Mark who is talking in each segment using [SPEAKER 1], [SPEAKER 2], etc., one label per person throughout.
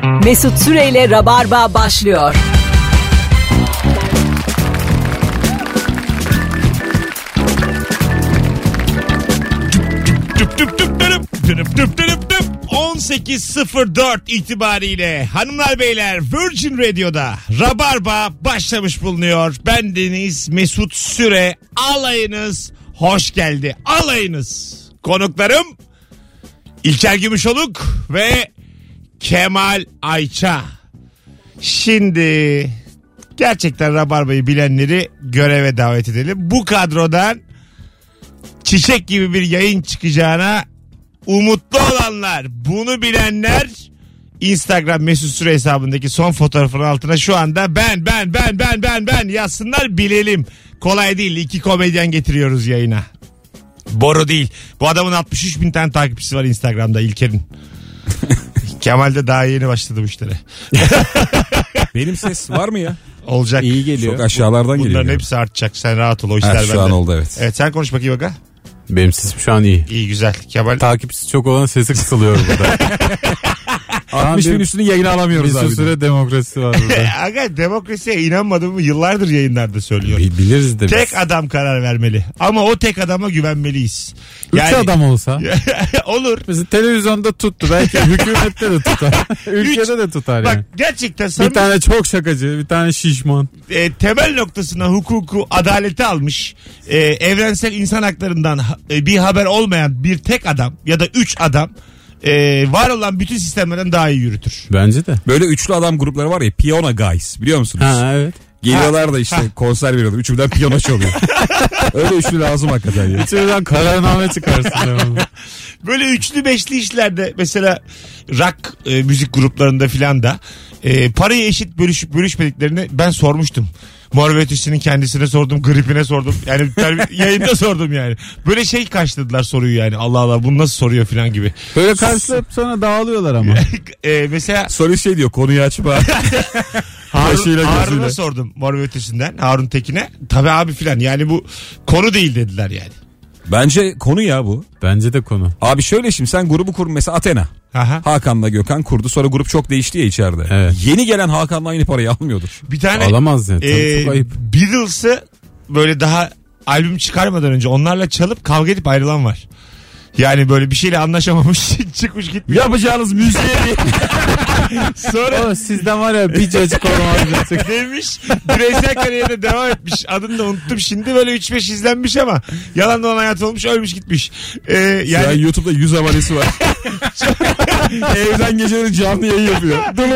[SPEAKER 1] Mesut Süreyle Rabarba başlıyor.
[SPEAKER 2] Düp düp düp düp düp düp düp düp. 18.04 itibariyle hanımlar beyler Virgin Radio'da Rabarba başlamış bulunuyor. Ben Deniz Mesut Süre, alayınız hoş geldi. Alayınız. Konuklarım İlker Gümüşoluk ve Kemal Ayça. Şimdi gerçekten Rabarba'yı bilenleri göreve davet edelim. Bu kadrodan çiçek gibi bir yayın çıkacağına umutlu olanlar, bunu bilenler Instagram Mesut Süre hesabındaki son fotoğrafın altına şu anda ben yazsınlar, bilelim. Kolay değil, 2 komedyen getiriyoruz yayına. Boru değil. Bu adamın 63 bin tane takipçisi var Instagram'da, İlker'in. Kemal de daha yeni başladı bu işlere.
[SPEAKER 3] Benim ses var mı ya?
[SPEAKER 2] Olacak.
[SPEAKER 3] İyi geliyor. Çok aşağılardan geliyor.
[SPEAKER 2] Bunların hepsi artacak. Sen rahat ol. O işler bende.
[SPEAKER 3] Şu an oldu, evet.
[SPEAKER 2] Evet, sen konuş bakayım Aga.
[SPEAKER 4] Benim sesim şu an iyi.
[SPEAKER 2] İyi, güzel. Kemal.
[SPEAKER 4] Takipçisi çok olan sesi kısılıyor burada.
[SPEAKER 3] 60 bin üstünü yayına alamıyoruz abi.
[SPEAKER 4] Bir süre demokrasi var burada.
[SPEAKER 2] Aga, demokrasiye inanmadığımı yıllardır yayınlarda söylüyorum.
[SPEAKER 4] Biliriz de biz.
[SPEAKER 2] Tek adam karar vermeli. Ama o tek adama güvenmeliyiz.
[SPEAKER 4] Üç adam olsa.
[SPEAKER 2] Olur.
[SPEAKER 4] Mesela televizyonda tuttu. Belki hükümette de tutar. Ülkede de tutar yani.
[SPEAKER 2] Bak gerçekten
[SPEAKER 4] bir tane çok şakacı, bir tane şişman.
[SPEAKER 2] Temel noktasına hukuku, adaleti almış, evrensel insan haklarından bir haber olmayan bir tek adam ya da 3 adam var olan bütün sistemlerden daha iyi yürütür.
[SPEAKER 4] Bence de.
[SPEAKER 3] Böyle üçlü adam grupları var ya, Piyano Guys, biliyor musunuz?
[SPEAKER 4] Ha, evet.
[SPEAKER 3] Geliyorlar da işte konser veriyorlar. Üçümden piyano çalıyor. Öyle üçlü lazım hakikaten ya.
[SPEAKER 4] Üçümden kararname çıkarsın.
[SPEAKER 2] Böyle üçlü beşli işlerde mesela rock müzik gruplarında filan da parayı eşit bölüşüp bölüşmediklerini ben sormuştum. Mor ve Ötesi'nin kendisine sordum, Grip'ine sordum. Yani yayında sordum yani. Böyle şey karşıladılar soruyu yani. Allah Allah, bunu nasıl soruyor filan gibi.
[SPEAKER 4] Böyle karşılayıp sonra dağılıyorlar ama.
[SPEAKER 2] Mesela
[SPEAKER 3] soru şey diyor, konuyu açma.
[SPEAKER 2] Harun'a sordum, Mor ve Ötesi'nden Harun Tekin'e. Tabii abi filan, yani bu konu değil dediler yani.
[SPEAKER 3] Bence konu ya bu.
[SPEAKER 4] Bence de konu.
[SPEAKER 3] Abi şöyle, şimdi sen grubu kur mesela, Athena.
[SPEAKER 2] Aha.
[SPEAKER 3] Hakan'la Gökhan kurdu, sonra grup çok değişti ya içeride. Evet. Yeni gelen Hakan'la aynı parayı almıyordur.
[SPEAKER 2] Bir tane
[SPEAKER 4] alamaz yani. Çok ayıp.
[SPEAKER 2] Beatles'ı böyle daha albüm çıkarmadan önce onlarla çalıp kavga edip ayrılan var. Yani böyle bir şeyle anlaşamamış, çıkmış gitmiş.
[SPEAKER 3] Yapacağınız müziğe
[SPEAKER 2] sonra
[SPEAKER 4] sizden var ya bir cacık olmaz
[SPEAKER 2] demiş, bireysel kariyerine devam etmiş. Adını da unuttum şimdi, böyle 3-5 izlenmiş ama yalan dolan hayat olmuş, ölmüş gitmiş.
[SPEAKER 3] Yani YouTube'da 100 abonesi var. Evden geceleri canlı yayın yapıyor.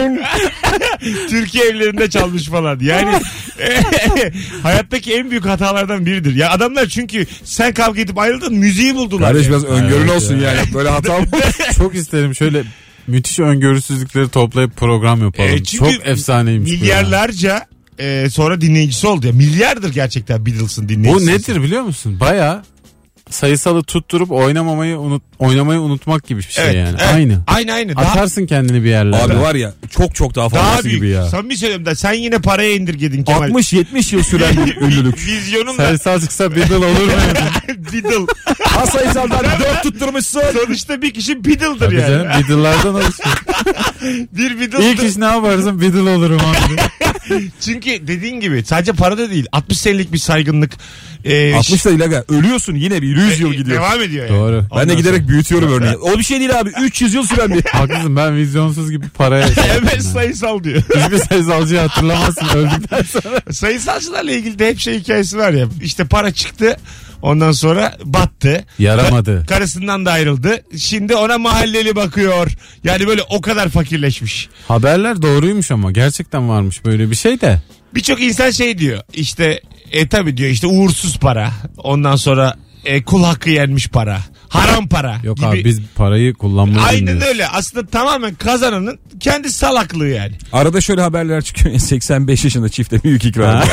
[SPEAKER 2] Türkiye evlerinde çalmış falan. Yani hayattaki en büyük hatalardan biridir. Ya adamlar, çünkü sen kavga edip ayrıldın, müziği buldular.
[SPEAKER 3] Kardeş biraz öngörün olsun yani. Böyle hata mı?
[SPEAKER 4] Çok isterim şöyle müthiş öngörüsüzlükleri toplayıp program yapalım. Çok efsaneymiş.
[SPEAKER 2] Milyarlarca sonra dinleyicisi oldu ya. Milyardır gerçekten Beatles'ın dinleyicisi.
[SPEAKER 4] Bu nedir biliyor musun? Bayağı sayısalı tutturup oynamayı unutmak gibi bir şey, evet, yani.
[SPEAKER 2] Evet. Aynı.
[SPEAKER 4] Atarsın kendini bir yerlere.
[SPEAKER 3] Abi var ya, çok daha fazlası gibi ya.
[SPEAKER 2] Samimi söylüyorum da sen yine paraya indirgedin Kemal.
[SPEAKER 3] 60-70 yıl süren bir ünlülük.
[SPEAKER 2] Vizyonun da.
[SPEAKER 4] Sayısal çıksa Beatle olur mu?
[SPEAKER 2] Beatle.
[SPEAKER 3] Ha, sayısaldan 4 tutturmuşsun.
[SPEAKER 2] Sonuçta bir kişi Beatle'dır
[SPEAKER 4] tabii
[SPEAKER 2] yani.
[SPEAKER 4] Canım, Beatle'lardan olsun.
[SPEAKER 2] Bir Beatle'dır.
[SPEAKER 4] İlk iş ne yaparsın? Beatle olurum abi.
[SPEAKER 2] Çünkü dediğin gibi sadece para da değil. 60 senelik bir saygınlık.
[SPEAKER 3] 60 da değil aga. Ölüyorsun yine bir 100 yıl gidiyor.
[SPEAKER 2] Devam ediyor yani.
[SPEAKER 4] Doğru.
[SPEAKER 3] Ben de giderek büyütüyorum örneğin. O bir şey değil abi. 300 yıl süren bir.
[SPEAKER 4] Haklısın, ben vizyonsuz gibi paraya.
[SPEAKER 2] Evet, sayısal diyor.
[SPEAKER 4] Hiçbir sayısalcıyı hatırlamazsın öldükten sonra.
[SPEAKER 2] Sayısalcılarla ilgili de hep şey hikayesi var ya. İşte para çıktı. Ondan sonra battı.
[SPEAKER 4] Yaramadı.
[SPEAKER 2] Karısından da ayrıldı. Şimdi ona mahalleli bakıyor. Yani böyle o kadar fakirleşmiş.
[SPEAKER 4] Haberler doğruymuş ama gerçekten varmış böyle bir şey de.
[SPEAKER 2] Birçok insan şey diyor. İşte tabii diyor, işte uğursuz para. Ondan sonra kul hakkı yenmiş para. Haram para.
[SPEAKER 4] Yok
[SPEAKER 2] gibi.
[SPEAKER 4] abi, biz parayı kullanmayı
[SPEAKER 2] Aynen
[SPEAKER 4] bilmiyoruz.
[SPEAKER 2] öyle. Aslında tamamen kazananın kendi salaklığı yani.
[SPEAKER 3] Arada şöyle haberler çıkıyor. 85 yaşında çifte büyük ikram.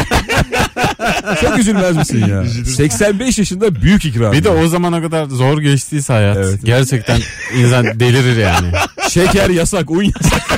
[SPEAKER 3] Çok üzülmez misin ya? 85 yaşında büyük ikram.
[SPEAKER 4] Bir de o zamana kadar zor geçtiyse hayat. Evet. Gerçekten insan delirir yani.
[SPEAKER 3] Şeker yasak, un yasak.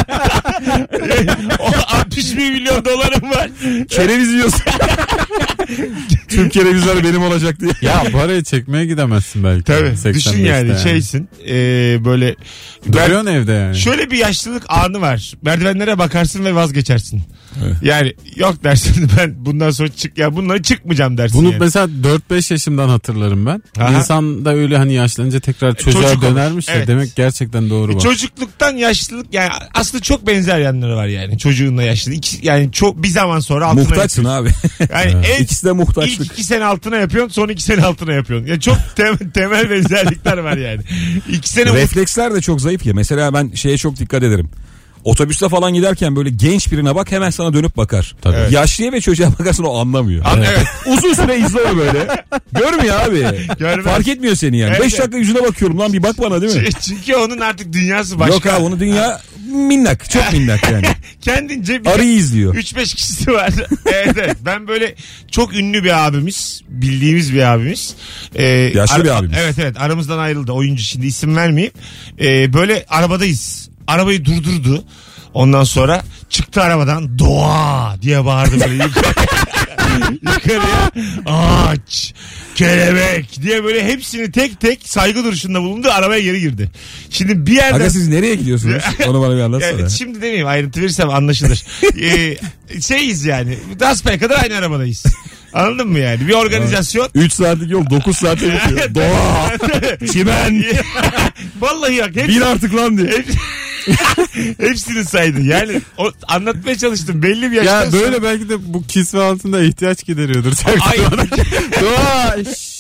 [SPEAKER 2] 60 milyon dolarım var.
[SPEAKER 3] Kereviz yiyorsun. Tüm kerevizyonlar benim olacak diye.
[SPEAKER 4] Ya parayı çekmeye gidemezsin belki.
[SPEAKER 2] Tabii.
[SPEAKER 4] 85'te
[SPEAKER 2] Düşün yani şeysin. Böyle.
[SPEAKER 4] Duruyorsun evde yani.
[SPEAKER 2] Şöyle bir yaşlılık anı var. Merdivenlere bakarsın ve vazgeçersin.
[SPEAKER 3] Evet.
[SPEAKER 2] Yani yok dersin ben bundan sonra bunları çıkmayacağım dersin.
[SPEAKER 4] Bunu
[SPEAKER 2] yani.
[SPEAKER 4] mesela 4-5 yaşımdan hatırlarım ben.
[SPEAKER 2] Aha.
[SPEAKER 4] İnsan da öyle hani yaşlanınca tekrar çocuğa
[SPEAKER 2] Çocuk olur.
[SPEAKER 4] dönermiş ya.
[SPEAKER 2] Evet.
[SPEAKER 4] Demek gerçekten doğru bak.
[SPEAKER 2] Çocukluktan yaşlılık yani aslında çok benzer yanları var yani çocuğunla yaşlılık. Yani çok bir zaman sonra altına
[SPEAKER 3] Muhtaçsın abi.
[SPEAKER 2] Yani
[SPEAKER 3] İkisi de muhtaçlık.
[SPEAKER 2] İlk 2 sene altına yapıyorsun, son 2 sene altına yapıyorsun. Yani çok temel benzerlikler var yani. 2 sene
[SPEAKER 3] Refleksler de çok zayıf ya. Mesela ben şeye çok dikkat ederim. Otobüste falan giderken böyle genç birine bak hemen sana dönüp bakar.
[SPEAKER 4] Tabii.
[SPEAKER 2] Evet.
[SPEAKER 3] Yaşlıya ve çocuğa bakarsın o anlamıyor.
[SPEAKER 2] Evet.
[SPEAKER 3] Uzun süre izliyor böyle. Görmüyor abi.
[SPEAKER 2] Görmez.
[SPEAKER 3] Fark etmiyor seni yani. 5
[SPEAKER 2] Evet.
[SPEAKER 3] dakika yüzüne bakıyorum lan bir bak bana değil mi?
[SPEAKER 2] Çünkü onun artık dünyası başka.
[SPEAKER 3] Yok abi onun dünya minnak. Çok minnak yani.
[SPEAKER 2] Kendince bir
[SPEAKER 3] Arıyı izliyor.
[SPEAKER 2] 3-5 kişisi var. Evet. Ben böyle çok ünlü bir abimiz, bildiğimiz bir abimiz.
[SPEAKER 3] Yaşlı bir abimiz.
[SPEAKER 2] Evet aramızdan ayrıldı. Oyuncu, şimdi isim vermeyeyim. Böyle arabadayız. Arabayı durdurdu. Ondan sonra çıktı arabadan, doğa diye bağırdı böyle yukarıya. Ağaç, kelebek diye böyle hepsini tek tek saygı duruşunda bulundu, arabaya geri girdi. Şimdi bir yerden...
[SPEAKER 3] Aga siz nereye gidiyorsunuz? Onu bana bir anlatsana.
[SPEAKER 2] Yani şimdi demeyeyim, ayrıntı verirsem anlaşılır. Şeyiz yani. Hasbel kadar aynı arabadayız. Anladın mı yani? Bir organizasyon.
[SPEAKER 3] 3 saatlik yol 9 saate bitiyor. Doğa, çimen.
[SPEAKER 2] Vallahi bak.
[SPEAKER 3] Bin artık lan diye.
[SPEAKER 2] Hepsini saydı. Yani anlatmaya çalıştım. Belli bir yaştan
[SPEAKER 4] Ya böyle belki de bu kisve altında ihtiyaç gideriyordur.
[SPEAKER 2] Ay,
[SPEAKER 4] Doğa,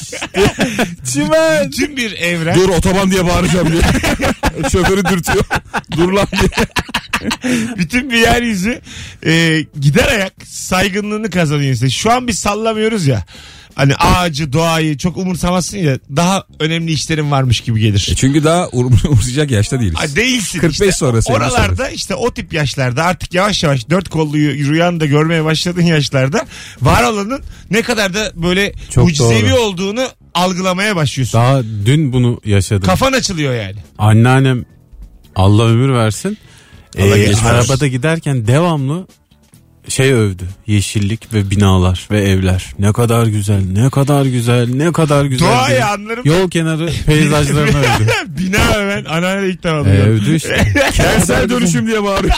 [SPEAKER 4] çimen.
[SPEAKER 2] bütün bir evren.
[SPEAKER 3] Dur otoban diye bağıracağım diye. Şoförü dürtüyor. Dur lan diye.
[SPEAKER 2] Bütün bir yeryüzü gider ayak saygınlığını kazanıyor işte. Şu an biz sallamıyoruz ya. Hani ağacı, doğayı çok umursamazsın ya, daha önemli işlerin varmış gibi gelir.
[SPEAKER 3] Çünkü daha umursayacak yaşta değiliz.
[SPEAKER 2] Değilsin
[SPEAKER 3] 45
[SPEAKER 2] işte.
[SPEAKER 3] sonrası.
[SPEAKER 2] Oralarda işte o tip yaşlarda artık yavaş yavaş dört kollu rüyanı da görmeye başladığın yaşlarda var olanın ne kadar da böyle
[SPEAKER 4] Çok
[SPEAKER 2] mucizevi
[SPEAKER 4] doğru.
[SPEAKER 2] olduğunu algılamaya başlıyorsun.
[SPEAKER 4] Daha dün bunu yaşadım.
[SPEAKER 2] Kafan açılıyor yani.
[SPEAKER 4] Anneannem Allah ömür versin.
[SPEAKER 2] Allah geçmiş
[SPEAKER 4] Arabada
[SPEAKER 2] olsun.
[SPEAKER 4] giderken devamlı övdü. Yeşillik ve binalar ve evler. Ne kadar güzel, ne kadar güzel, ne kadar güzel.
[SPEAKER 2] Doğayı
[SPEAKER 4] diye.
[SPEAKER 2] anlarım.
[SPEAKER 4] Yol kenarı peyzajlarını övdü.
[SPEAKER 2] Bina hemen anneanne ilk defa duyuyorum.
[SPEAKER 4] Övdü işte.
[SPEAKER 3] Kentsel dönüşüm diye bağırıyor.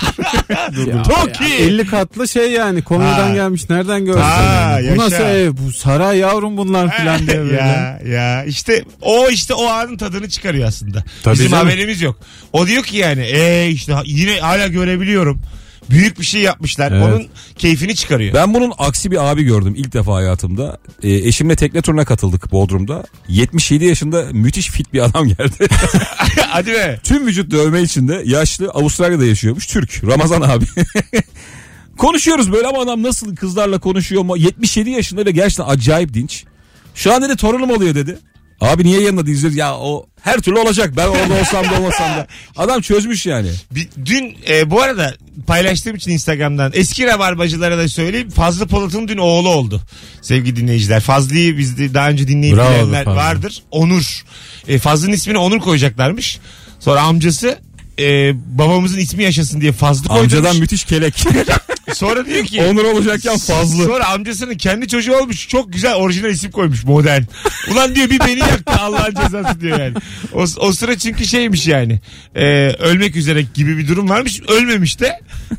[SPEAKER 2] Çok iyi.
[SPEAKER 4] 50 katlı yani Konya'dan
[SPEAKER 2] Ha.
[SPEAKER 4] gelmiş. Nereden gördün?
[SPEAKER 2] Ha,
[SPEAKER 4] Bu nasıl
[SPEAKER 2] yaşa.
[SPEAKER 4] ev? Bu saray yavrum bunlar filan diye böyle.
[SPEAKER 2] ya işte o anın tadını çıkarıyor aslında.
[SPEAKER 4] Tabii
[SPEAKER 2] Bizim
[SPEAKER 4] canım.
[SPEAKER 2] haberimiz yok. O diyor ki yani işte yine hala görebiliyorum. Büyük bir şey yapmışlar.
[SPEAKER 4] Evet.
[SPEAKER 2] Onun keyfini çıkarıyor.
[SPEAKER 3] Ben bunun aksi bir abi gördüm ilk defa hayatımda. Eşimle tekne turuna katıldık Bodrum'da. 77 yaşında müthiş fit bir adam geldi.
[SPEAKER 2] Hadi be.
[SPEAKER 3] Tüm vücut dövme içinde, yaşlı, Avustralya'da yaşıyormuş, Türk. Ramazan abi. Konuşuyoruz böyle ama adam nasıl kızlarla konuşuyor mu? 77 yaşında ve gerçekten acayip dinç. Şu an dedi torunum oluyor dedi. Abi niye yanında değiliz? Ya o her türlü olacak. Ben orada olsam da olmasam da. Adam çözmüş yani.
[SPEAKER 2] Dün bu arada paylaştığım için Instagram'dan eski rabarbacılara da söyleyeyim. Fazlı Polat'ın dün oğlu oldu. Sevgili dinleyiciler. Fazlı'yı biz daha önce dinleyip
[SPEAKER 4] Bravo
[SPEAKER 2] bilenler
[SPEAKER 4] Fazlı.
[SPEAKER 2] vardır. Onur. Fazlı'nın ismini Onur koyacaklarmış. Sonra amcası babamızın ismi yaşasın diye Fazlı koymuş.
[SPEAKER 3] Amcadan müthiş kelek.
[SPEAKER 2] Sonra diyor ki
[SPEAKER 3] Onur olacakken Fazlı.
[SPEAKER 2] Sonra amcasının kendi çocuğu olmuş. Çok güzel orijinal isim koymuş, modern. Ulan diyor bir beni yaktı Allah'ın cezası diyor yani. O sıra çünkü şeymiş yani. Ölmek üzere gibi bir durum varmış. Ölmemiş de.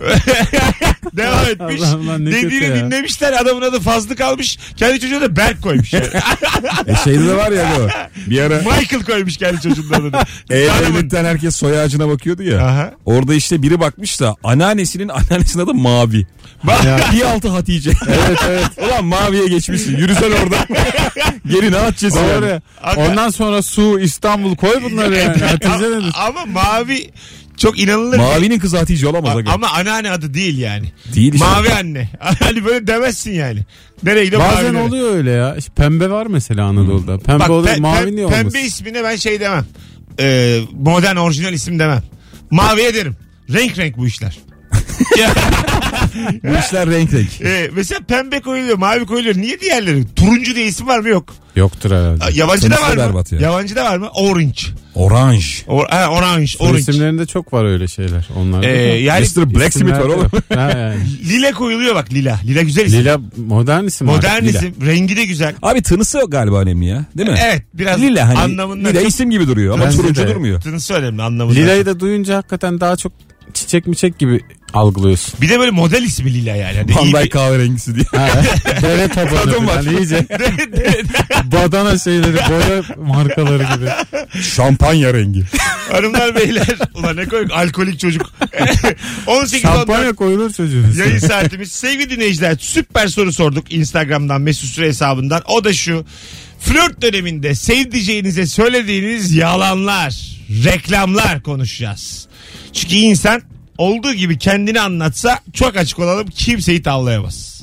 [SPEAKER 2] Devam etmiş.
[SPEAKER 4] Allah, ne kötü
[SPEAKER 2] Dediğini
[SPEAKER 4] ya.
[SPEAKER 2] dinlemişler. Adamın adı Fazlı kalmış. Kendi çocuğu da Berk koymuş. Yani.
[SPEAKER 3] Şeyde de var ya bu. Bir ara
[SPEAKER 2] Michael koymuş kendi çocuğunun adını.
[SPEAKER 3] evlilikten herkes soy ağacına bakıyordu ya.
[SPEAKER 2] Aha.
[SPEAKER 3] Orada işte biri bakmış da anneannesinin adı Mavi. Bir altı Hatice.
[SPEAKER 4] Evet.
[SPEAKER 3] Ulan Mavi'ye geçmişsin. Yürüsen orada. Geri ne atacaksın
[SPEAKER 4] Doğru.
[SPEAKER 3] yani?
[SPEAKER 4] Ondan sonra Su, İstanbul koy bunları yani. Hatice nedir?
[SPEAKER 2] Ama Mavi çok inanılır.
[SPEAKER 3] Mavi'nin kızı Hatice olamaz. Aga.
[SPEAKER 2] Ama anneanne adı değil yani.
[SPEAKER 3] Değil işte.
[SPEAKER 2] Mavi anne. Hani böyle demezsin yani. Nereye gidiyor
[SPEAKER 4] Bazen
[SPEAKER 2] mavi
[SPEAKER 4] oluyor öyle ya. İşte pembe var mesela Anadolu'da. Pembe
[SPEAKER 2] Bak,
[SPEAKER 4] oluyor, mavi niye olmasın?
[SPEAKER 2] Pembe ismine ben şey demem. Modern orijinal isim demem. Maviye derim. Renk bu işler.
[SPEAKER 3] Bu işler renk.
[SPEAKER 2] Mesela pembe koyuluyor, mavi koyuluyor. Niye diğerleri? Turuncu diye isim var mı? Yok.
[SPEAKER 4] Yoktur herhalde.
[SPEAKER 2] Yabancıda
[SPEAKER 3] Tınısı
[SPEAKER 2] var mı?
[SPEAKER 3] berbat ya.
[SPEAKER 2] Yabancıda var mı? Orange.
[SPEAKER 3] Orange.
[SPEAKER 2] Orange.
[SPEAKER 4] Soy isimlerinde çok var öyle şeyler. Onlar
[SPEAKER 2] Yani
[SPEAKER 3] Mr. Blacksmith var oğlum.
[SPEAKER 4] Yani.
[SPEAKER 2] lila koyuluyor bak, lila. Lila güzel isim.
[SPEAKER 4] Lila modern isim.
[SPEAKER 2] Modern
[SPEAKER 4] Lila.
[SPEAKER 2] isim. Rengi de güzel.
[SPEAKER 3] Abi tınısı galiba önemli ya. Değil mi?
[SPEAKER 2] Evet, biraz
[SPEAKER 3] Lila hani
[SPEAKER 2] anlamında
[SPEAKER 3] lila
[SPEAKER 2] çok
[SPEAKER 3] isim gibi duruyor ama
[SPEAKER 4] Bence
[SPEAKER 3] turuncu
[SPEAKER 4] de.
[SPEAKER 3] durmuyor.
[SPEAKER 2] tınısı önemli anlamında.
[SPEAKER 4] Lilayı da duyunca hakikaten daha çok çiçek miçek gibi algılıyorsun.
[SPEAKER 2] Bir de böyle model ismi lila yani. Hani
[SPEAKER 3] Van
[SPEAKER 2] iyi
[SPEAKER 3] Dyke
[SPEAKER 2] bir-
[SPEAKER 3] kahverengisi diye.
[SPEAKER 4] Dere tabanı
[SPEAKER 3] Kadın var.
[SPEAKER 4] falan iyice. Badana şeyleri, boya markaları gibi.
[SPEAKER 3] Şampanya rengi.
[SPEAKER 2] Hanımlar beyler. Ulan ne koyuk, alkolik çocuk. 18
[SPEAKER 4] Şampanya koyulur çocuğun üstüne.
[SPEAKER 2] yayın saatimiz. Sevgili dinleyiciler, süper soru sorduk Instagram'dan, Mesut Süre hesabından. O da şu: flört döneminde sevdiceğinize söylediğiniz yalanlar, reklamlar konuşacağız. Çünkü insan olduğu gibi kendini anlatsa, çok açık olalım, kimseyi tavlayamaz.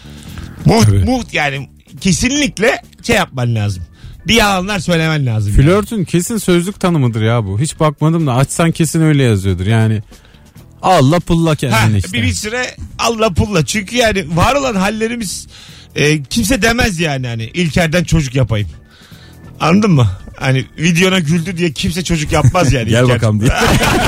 [SPEAKER 2] Yani kesinlikle şey yapman lazım. Bir yalanlar söylemen lazım. yani.
[SPEAKER 4] Flörtün kesin sözlük tanımıdır ya bu. Hiç bakmadım da açsan kesin öyle yazıyordur. Yani Allah pulla kendini işte.
[SPEAKER 2] Bir süre Allah pulla. Çünkü yani var olan hallerimiz kimse demez yani, hani İlker'den çocuk yapayım. Anladın mı? Hani videona güldü diye kimse çocuk yapmaz yani.
[SPEAKER 3] Gel
[SPEAKER 2] İlker.
[SPEAKER 3] bakalım diye.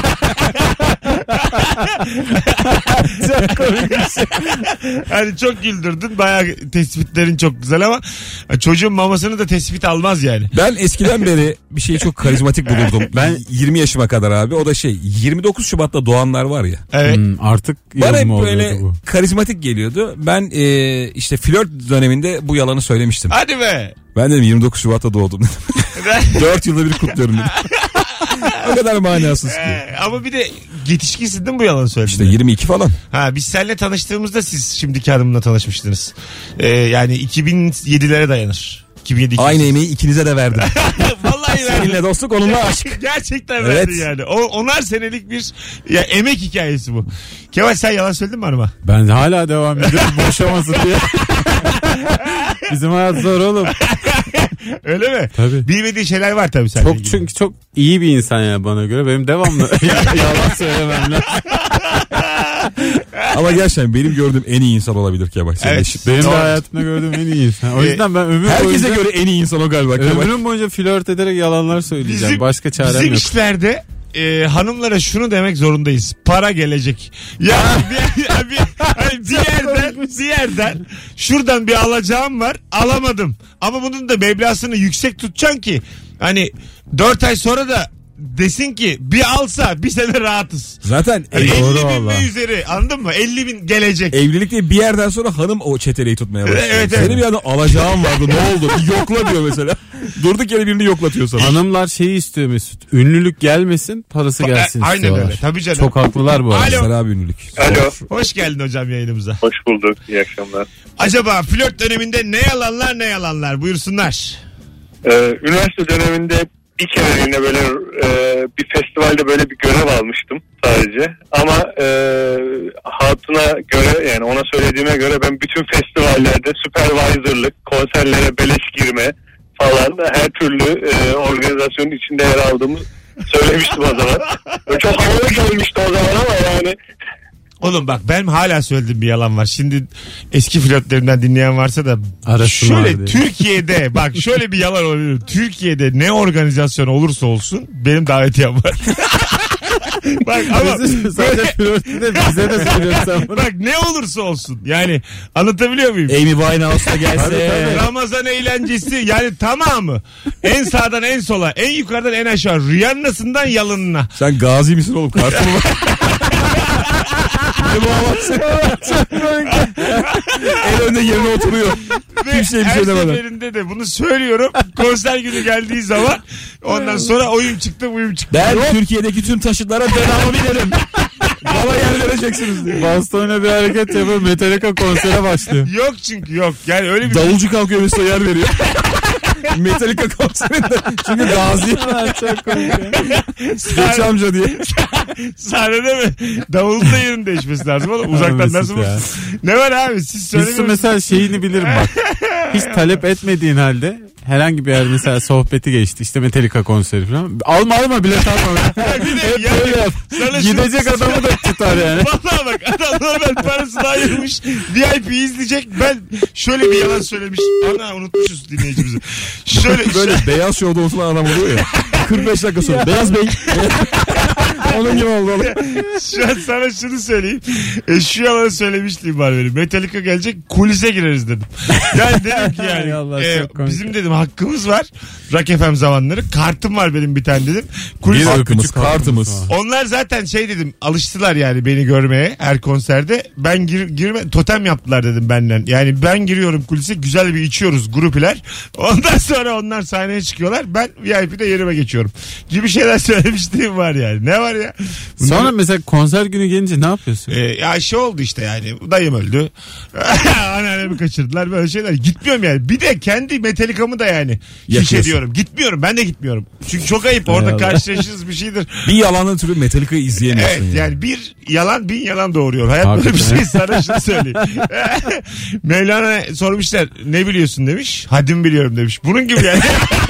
[SPEAKER 2] Hani çok güldürdün, bayağı tespitlerin çok güzel ama çocuğun mamasını da tespit almaz yani.
[SPEAKER 3] Ben eskiden beri bir şeyi çok karizmatik bulurdum. Ben 20 yaşıma kadar abi, o da 29 Şubat'ta doğanlar var ya.
[SPEAKER 2] Evet.
[SPEAKER 4] Artık
[SPEAKER 3] Bana hep
[SPEAKER 4] yılma
[SPEAKER 3] böyle
[SPEAKER 4] oluyordu bu.
[SPEAKER 3] karizmatik geliyordu. Ben işte flört döneminde bu yalanı söylemiştim.
[SPEAKER 2] Hadi be.
[SPEAKER 3] Ben dedim 29 Şubat'ta doğdum dedim. 4 yılda bir kutluyorum dedim. O kadar manasız ki.
[SPEAKER 2] Ama bir de yetişkinsin değil mi bu yalanı söyledin?
[SPEAKER 3] İşte 22 falan.
[SPEAKER 2] Biz seninle tanıştığımızda siz şimdiki hanımla tanışmıştınız. Yani 2007'lere dayanır. 2007
[SPEAKER 3] Aynı emeği ikinize de verdim.
[SPEAKER 2] Vallahi verdim.
[SPEAKER 3] Seninle dostluk, onunla aşk.
[SPEAKER 2] Gerçekten
[SPEAKER 3] Evet.
[SPEAKER 2] verdi yani. Onar senelik bir emek hikayesi bu. Kemal, sen yalan söyledin mi hanıma?
[SPEAKER 4] Ben hala devam ediyorum boşamasın diye. Bizim hayat zor oğlum.
[SPEAKER 2] Öyle mi?
[SPEAKER 4] Tabii.
[SPEAKER 2] Bilmediği şeyler var tabii seninle
[SPEAKER 4] Çok
[SPEAKER 2] ilgili.
[SPEAKER 4] çünkü çok iyi bir insan ya bana göre. Benim devamlı yalan söylemem lazım.
[SPEAKER 3] Ama gerçekten benim gördüğüm en iyi insan olabilir Kemal. Senin
[SPEAKER 2] Evet.
[SPEAKER 3] eşit.
[SPEAKER 4] Benim de
[SPEAKER 2] Doğru.
[SPEAKER 4] hayatımda gördüğüm en iyi insan. O yüzden ben ömür
[SPEAKER 3] Herkese
[SPEAKER 4] boyunca,
[SPEAKER 3] göre en iyi insan o galiba Kemal.
[SPEAKER 4] ömrüm boyunca flört ederek yalanlar söyleyeceğim. Başka çarem
[SPEAKER 2] bizim
[SPEAKER 4] yok.
[SPEAKER 2] işlerde hanımlara şunu demek zorundayız: para gelecek. Ya bir yerden şuradan bir alacağım var, alamadım. Ama bunun da meblasını yüksek tutacaksın ki hani 4 ay sonra da desin ki bir alsa bir sene rahatız.
[SPEAKER 3] Zaten
[SPEAKER 2] Hani
[SPEAKER 4] doğru
[SPEAKER 2] 50 bin
[SPEAKER 4] valla.
[SPEAKER 2] ve üzeri, anladın mı? 50 bin gelecek.
[SPEAKER 3] evlilik diye bir yerden sonra hanım o çeteleyi tutmaya başlıyor.
[SPEAKER 2] Evet.
[SPEAKER 3] Senin bir anda alacağın vardı, ne oldu? Bir yokla diyor mesela. Durduk yere birini yoklatıyor sana.
[SPEAKER 4] Hanımlar şeyi istiyor Mesut. Ünlülük gelmesin, parası gelsin
[SPEAKER 2] Aynen
[SPEAKER 4] istiyorlar.
[SPEAKER 2] öyle. Tabii canım.
[SPEAKER 4] Çok haklılar bu arada.
[SPEAKER 2] Alo.
[SPEAKER 3] Mesela abi ünlülük.
[SPEAKER 5] Alo.
[SPEAKER 2] Hoş geldin hocam yayınımıza.
[SPEAKER 5] Hoş bulduk. İyi akşamlar.
[SPEAKER 2] Acaba flört döneminde ne yalanlar buyursunlar.
[SPEAKER 5] Üniversite döneminde bir kereliğine böyle bir festivalde böyle bir görev almıştım sadece. Ama hatuna göre, yani ona söylediğime göre ben bütün festivallerde supervisorlık, konserlere beleş girme falan, her türlü organizasyonun içinde yer aldığımı söylemiştim o zaman. Çok havalı gelmişti o zaman ama yani.
[SPEAKER 2] Oğlum bak, ben hala söylediğim bir yalan var. Şimdi eski flörtlerimden dinleyen varsa da
[SPEAKER 4] Arasınlar
[SPEAKER 2] şöyle
[SPEAKER 4] diye.
[SPEAKER 2] Türkiye'de bak şöyle bir yalan olabilir. Türkiye'de ne organizasyon olursa olsun benim davetiyem var. Bak ama
[SPEAKER 4] Mesut, sadece flörtü de bize de söylüyorsun sen bunu.
[SPEAKER 2] bak ne olursa olsun yani, anlatabiliyor muyum?
[SPEAKER 3] Amy Winehouse'da gelse.
[SPEAKER 2] Ramazan eğlencesi yani tamamı. En sağdan en sola, en yukarıdan en aşağı, Rihanna'sından yalınına.
[SPEAKER 3] Sen gazi misin oğlum? Kartı mı var? En önde yerine oturuyor. Kimseye bir
[SPEAKER 2] Her
[SPEAKER 3] şey demeden.
[SPEAKER 2] seferinde de bunu söylüyorum. Konser günü geldiği zaman ondan sonra oyun çıktı buyum çıktı.
[SPEAKER 3] Ben
[SPEAKER 2] Yok.
[SPEAKER 3] Türkiye'deki tüm taşıtlara devamı binerim. Bana yer vereceksiniz diye.
[SPEAKER 4] Bastonla bir hareket yapıp Metallica konsere başlıyor.
[SPEAKER 2] Yok çünkü yok. Yani öyle bir
[SPEAKER 3] Davulcu kalkıyor mesela, yer veriyor. Metallica konserinde. Çünkü gazi.
[SPEAKER 4] Çok komik ya.
[SPEAKER 3] Geç amca diye.
[SPEAKER 2] sahnede mi? Davulun da yerin değişmesi lazım oğlum. Uzaktan
[SPEAKER 4] Mesut
[SPEAKER 2] nasıl
[SPEAKER 4] ya.
[SPEAKER 2] bu? Ne var abi? Siz
[SPEAKER 4] Biz
[SPEAKER 2] söylemiyorsunuz.
[SPEAKER 4] mesela şeyini bilirim bak. Hiç talep etmediğin halde herhangi bir yerde mesela sohbeti geçti. İşte Metallica konseri falan. Alma bilet alma.
[SPEAKER 2] Bir de
[SPEAKER 4] Hep
[SPEAKER 2] yani
[SPEAKER 4] böyle yap.
[SPEAKER 2] sana şunu-
[SPEAKER 4] Gidecek adamı da tutar yani.
[SPEAKER 2] Vallahi bak, adam normal parasını ayırmış. VIP izleyecek. Ben şöyle bir yalan söylemiş. Ana unutmuşuz dinleyicimizi. Şöyle
[SPEAKER 3] Böyle beyaz şovda oturan adam oluyor ya. 45 dakika sonra. Beyaz Bey. Onun gibi oldu.
[SPEAKER 2] Şu an sana şunu söyleyeyim. Şu yalanı söylemişliğim var benim. Metallica gelecek, kulise gireriz dedim. Yani dedim ki yani
[SPEAKER 4] Allah, çok komik.
[SPEAKER 2] bizim dedim hakkımız var. Rock FM zamanları. Kartım var benim bir tane dedim.
[SPEAKER 3] Bir hakkımız, kartımız.
[SPEAKER 2] Onlar zaten şey dedim, alıştılar yani beni görmeye her konserde. Ben girme totem yaptılar dedim benden. Yani ben giriyorum kulise, güzel bir içiyoruz grupiler. Ondan sonra onlar sahneye çıkıyorlar. Ben VIP'de yerime geçiyorum. Gibi şeyler söylemişliğim var yani. Ne var ya?
[SPEAKER 4] Sonra mesela konser günü gelince ne yapıyorsun?
[SPEAKER 2] Ya şey oldu işte yani. Dayım öldü. Anneannemi kaçırdılar, böyle şeyler. Gitmiyorum yani. Bir de kendi Metallica'mı da yani hiç ediyorum. Gitmiyorum. Ben de gitmiyorum. Çünkü çok ayıp. Orada karşılaşırız bir şeydir.
[SPEAKER 3] Bir yalanın türü Metallica'yı izleyemiyorsun.
[SPEAKER 2] Evet yani bir yalan 1000 yalan doğuruyor. Hayat
[SPEAKER 4] Hakikaten.
[SPEAKER 2] böyle bir şey, sana şunu söyleyeyim. Mevlana sormuşlar, ne biliyorsun demiş. Haddimi biliyorum demiş. Bunun gibi yani.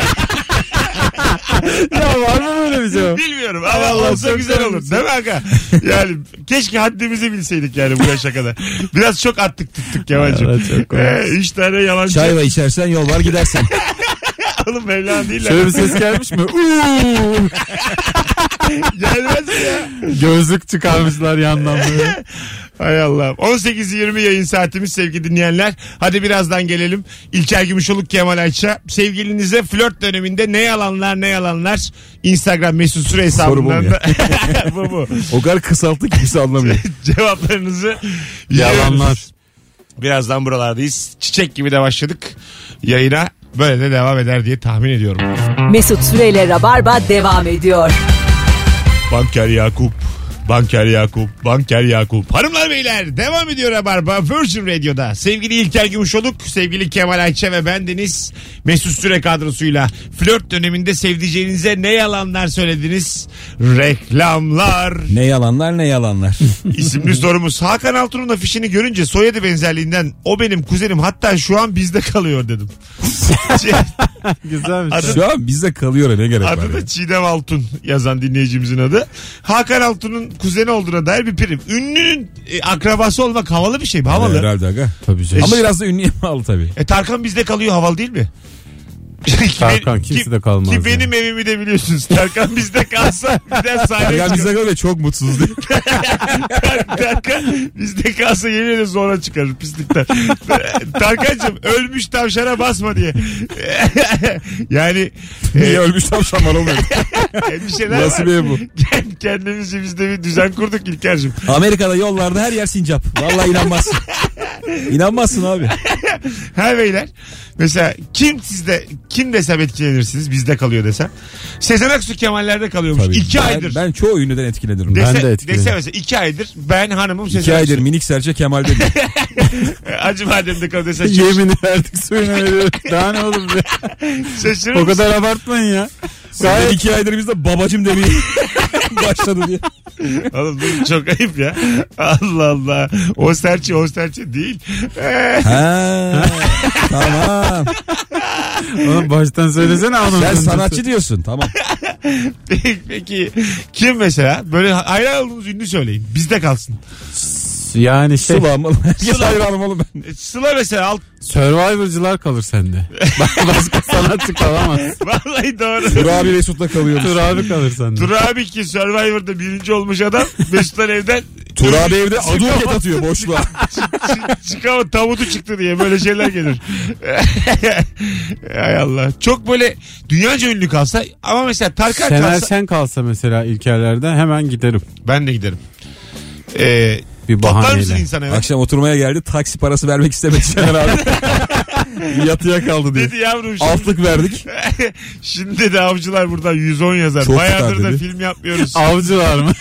[SPEAKER 4] Ya var mı böyle bir şey?
[SPEAKER 2] Bilmiyorum ama olsa güzel olur. Değil mi aga? Yani keşke haddimizi bilseydik yani bu yaşa kadar. Biraz çok attık tuttuk Kemal'cim.
[SPEAKER 4] Evet,
[SPEAKER 2] 3 tane yalancı.
[SPEAKER 3] Çayla içersen yol var gidersen.
[SPEAKER 2] Oğlum Mevlana değil
[SPEAKER 4] Şöyle
[SPEAKER 2] lan.
[SPEAKER 4] bir ses gelmiş mi?
[SPEAKER 2] Gelmez mi ya?
[SPEAKER 4] Gözlük çıkarmışlar yandan böyle.
[SPEAKER 2] Hay Allah. 18-20 yayın saatimiz sevgili dinleyenler. Hadi birazdan gelelim. İlker Gümüşoluk, Kemal Ayça. Sevgilinize flört döneminde ne yalanlar. Instagram mesut süre hesabından da. bu.
[SPEAKER 3] O kadar kısalttı ki kimse anlamıyor.
[SPEAKER 2] Cevaplarınızı
[SPEAKER 4] Yalanlar.
[SPEAKER 2] yiyoruz. Birazdan buralardayız. Çiçek gibi de başladık yayına. Böyle de devam eder diye tahmin ediyorum.
[SPEAKER 1] Mesut Süreyle Rabarba devam ediyor.
[SPEAKER 2] Banker Yakup. Hanımlar beyler, devam ediyor Rabarba Virgin Radio'da. Sevgili İlker Gümüşoluk, sevgili Kemal Ayça ve bendeniz Mesut Süre kadrosuyla flört döneminde sevdiceğinize ne yalanlar söylediniz? Reklamlar.
[SPEAKER 3] Ne yalanlar.
[SPEAKER 2] İsimli sorumuz. Hakan Altun'un afişini görünce soyadı benzerliğinden o benim kuzenim, hatta şu an bizde kalıyor dedim.
[SPEAKER 4] Güzelmiş.
[SPEAKER 3] Şu an bizde kalıyor, ne gerek var
[SPEAKER 2] Adı da
[SPEAKER 3] ya.
[SPEAKER 2] Çiğdem Altun yazan dinleyicimizin adı. Hakan Altun'un kuzeni olduğuna dair bir prim. Ünlünün akrabası olmak havalı bir şey mi? Havalı.
[SPEAKER 3] Herhalde aga.
[SPEAKER 4] Tabii canım.
[SPEAKER 3] Ama biraz da ünlüye bağlı tabii.
[SPEAKER 2] Tarkan bizde kalıyor, havalı değil mi?
[SPEAKER 4] Tarkan kimse de kalmaz.
[SPEAKER 2] Ki
[SPEAKER 4] yani.
[SPEAKER 2] benim evimi de biliyorsunuz. Tarkan bizde kalsa bir daha sahneye
[SPEAKER 3] Aga bizde
[SPEAKER 2] çıkar.
[SPEAKER 3] kalıyor, çok mutsuz değil.
[SPEAKER 2] Tarkan bizde kalsa yemin ederim sonra çıkarır pislikten. Tarkan'cığım ölmüş tavşana basma diye. Yani
[SPEAKER 3] Niye ölmüş tavşan var olmuyor.
[SPEAKER 2] bir şeyler
[SPEAKER 3] Nasıl
[SPEAKER 2] var.
[SPEAKER 3] bir ev bu?
[SPEAKER 2] Kendimizce bizde bir düzen kurduk İlker'cığım.
[SPEAKER 3] Amerika'da yollarda her yer sincap. Vallahi inanmazsın. İnanmazsın abi.
[SPEAKER 2] Ha beyler. Mesela kim desem etkilenirsiniz, bizde kalıyor desem. Sezen Aksu Kemaller'de kalıyormuş.
[SPEAKER 3] Tabii.
[SPEAKER 2] 2 aydır.
[SPEAKER 3] Ben çoğu ünlüden etkilenirim.
[SPEAKER 4] Ben de etkilenirim.
[SPEAKER 2] Dese mesela 2 aydır ben hanımım Sezen
[SPEAKER 3] 2 aydır
[SPEAKER 2] Aksu.
[SPEAKER 3] minik serçe Kemal'de değil.
[SPEAKER 2] Acıbadem'de kalıyor desen
[SPEAKER 4] Yemini verdik suyunu veriyoruz. Daha ne olur be.
[SPEAKER 2] şaşırır
[SPEAKER 4] O
[SPEAKER 2] mısın?
[SPEAKER 4] kadar abartmayın ya.
[SPEAKER 3] Sen 2 aydır bizde babacım demeye başladı diye.
[SPEAKER 2] Oğlum dur, çok ayıp ya. Allah Allah. O serçe değil.
[SPEAKER 3] Ha, tamam.
[SPEAKER 4] Onu baştan söylesene.
[SPEAKER 3] Sen sanatçı diyorsun, tamam.
[SPEAKER 2] Peki kim mesela? Böyle hayran olduğunuz ünlü söyleyin. Bizde kalsın.
[SPEAKER 4] Yani şey
[SPEAKER 3] Sıla mı? Herkes hayranım oğlum ben.
[SPEAKER 2] Sıla mesela
[SPEAKER 4] Survivor'cılar kalır sende. Başka sanatçı kalamaz.
[SPEAKER 2] vallahi doğru.
[SPEAKER 3] Tur abi Mesut'la kalıyoruz.
[SPEAKER 4] Tur abi kalır sende.
[SPEAKER 2] Tur abi ki Survivor'da 1. olmuş adam Mesut'tan evden
[SPEAKER 3] Tur abi evde aduket atıyor boşluğa.
[SPEAKER 2] çıkama tabutu çıktı diye böyle şeyler gelir. Hay Allah. Çok böyle dünyaca ünlü kalsa ama mesela Tarkan
[SPEAKER 4] Şener
[SPEAKER 2] kalsa
[SPEAKER 4] Şen kalsa mesela İlkerler'den hemen giderim.
[SPEAKER 2] ben de giderim.
[SPEAKER 4] Bir
[SPEAKER 2] Toplar mısın
[SPEAKER 4] bahaneyle.
[SPEAKER 2] insan eve?
[SPEAKER 3] Akşam oturmaya geldi, taksi parası vermek istemedi Şener abi. Yatıya kaldı diye.
[SPEAKER 2] Dedi yavrum şimdi,
[SPEAKER 3] Altlık verdik.
[SPEAKER 2] şimdi de avcılar buradan 110 yazar.
[SPEAKER 3] Çok
[SPEAKER 2] Bayağıdır
[SPEAKER 3] tutar
[SPEAKER 2] da
[SPEAKER 3] dedi.
[SPEAKER 2] film yapmıyoruz.
[SPEAKER 4] Avcılar mı?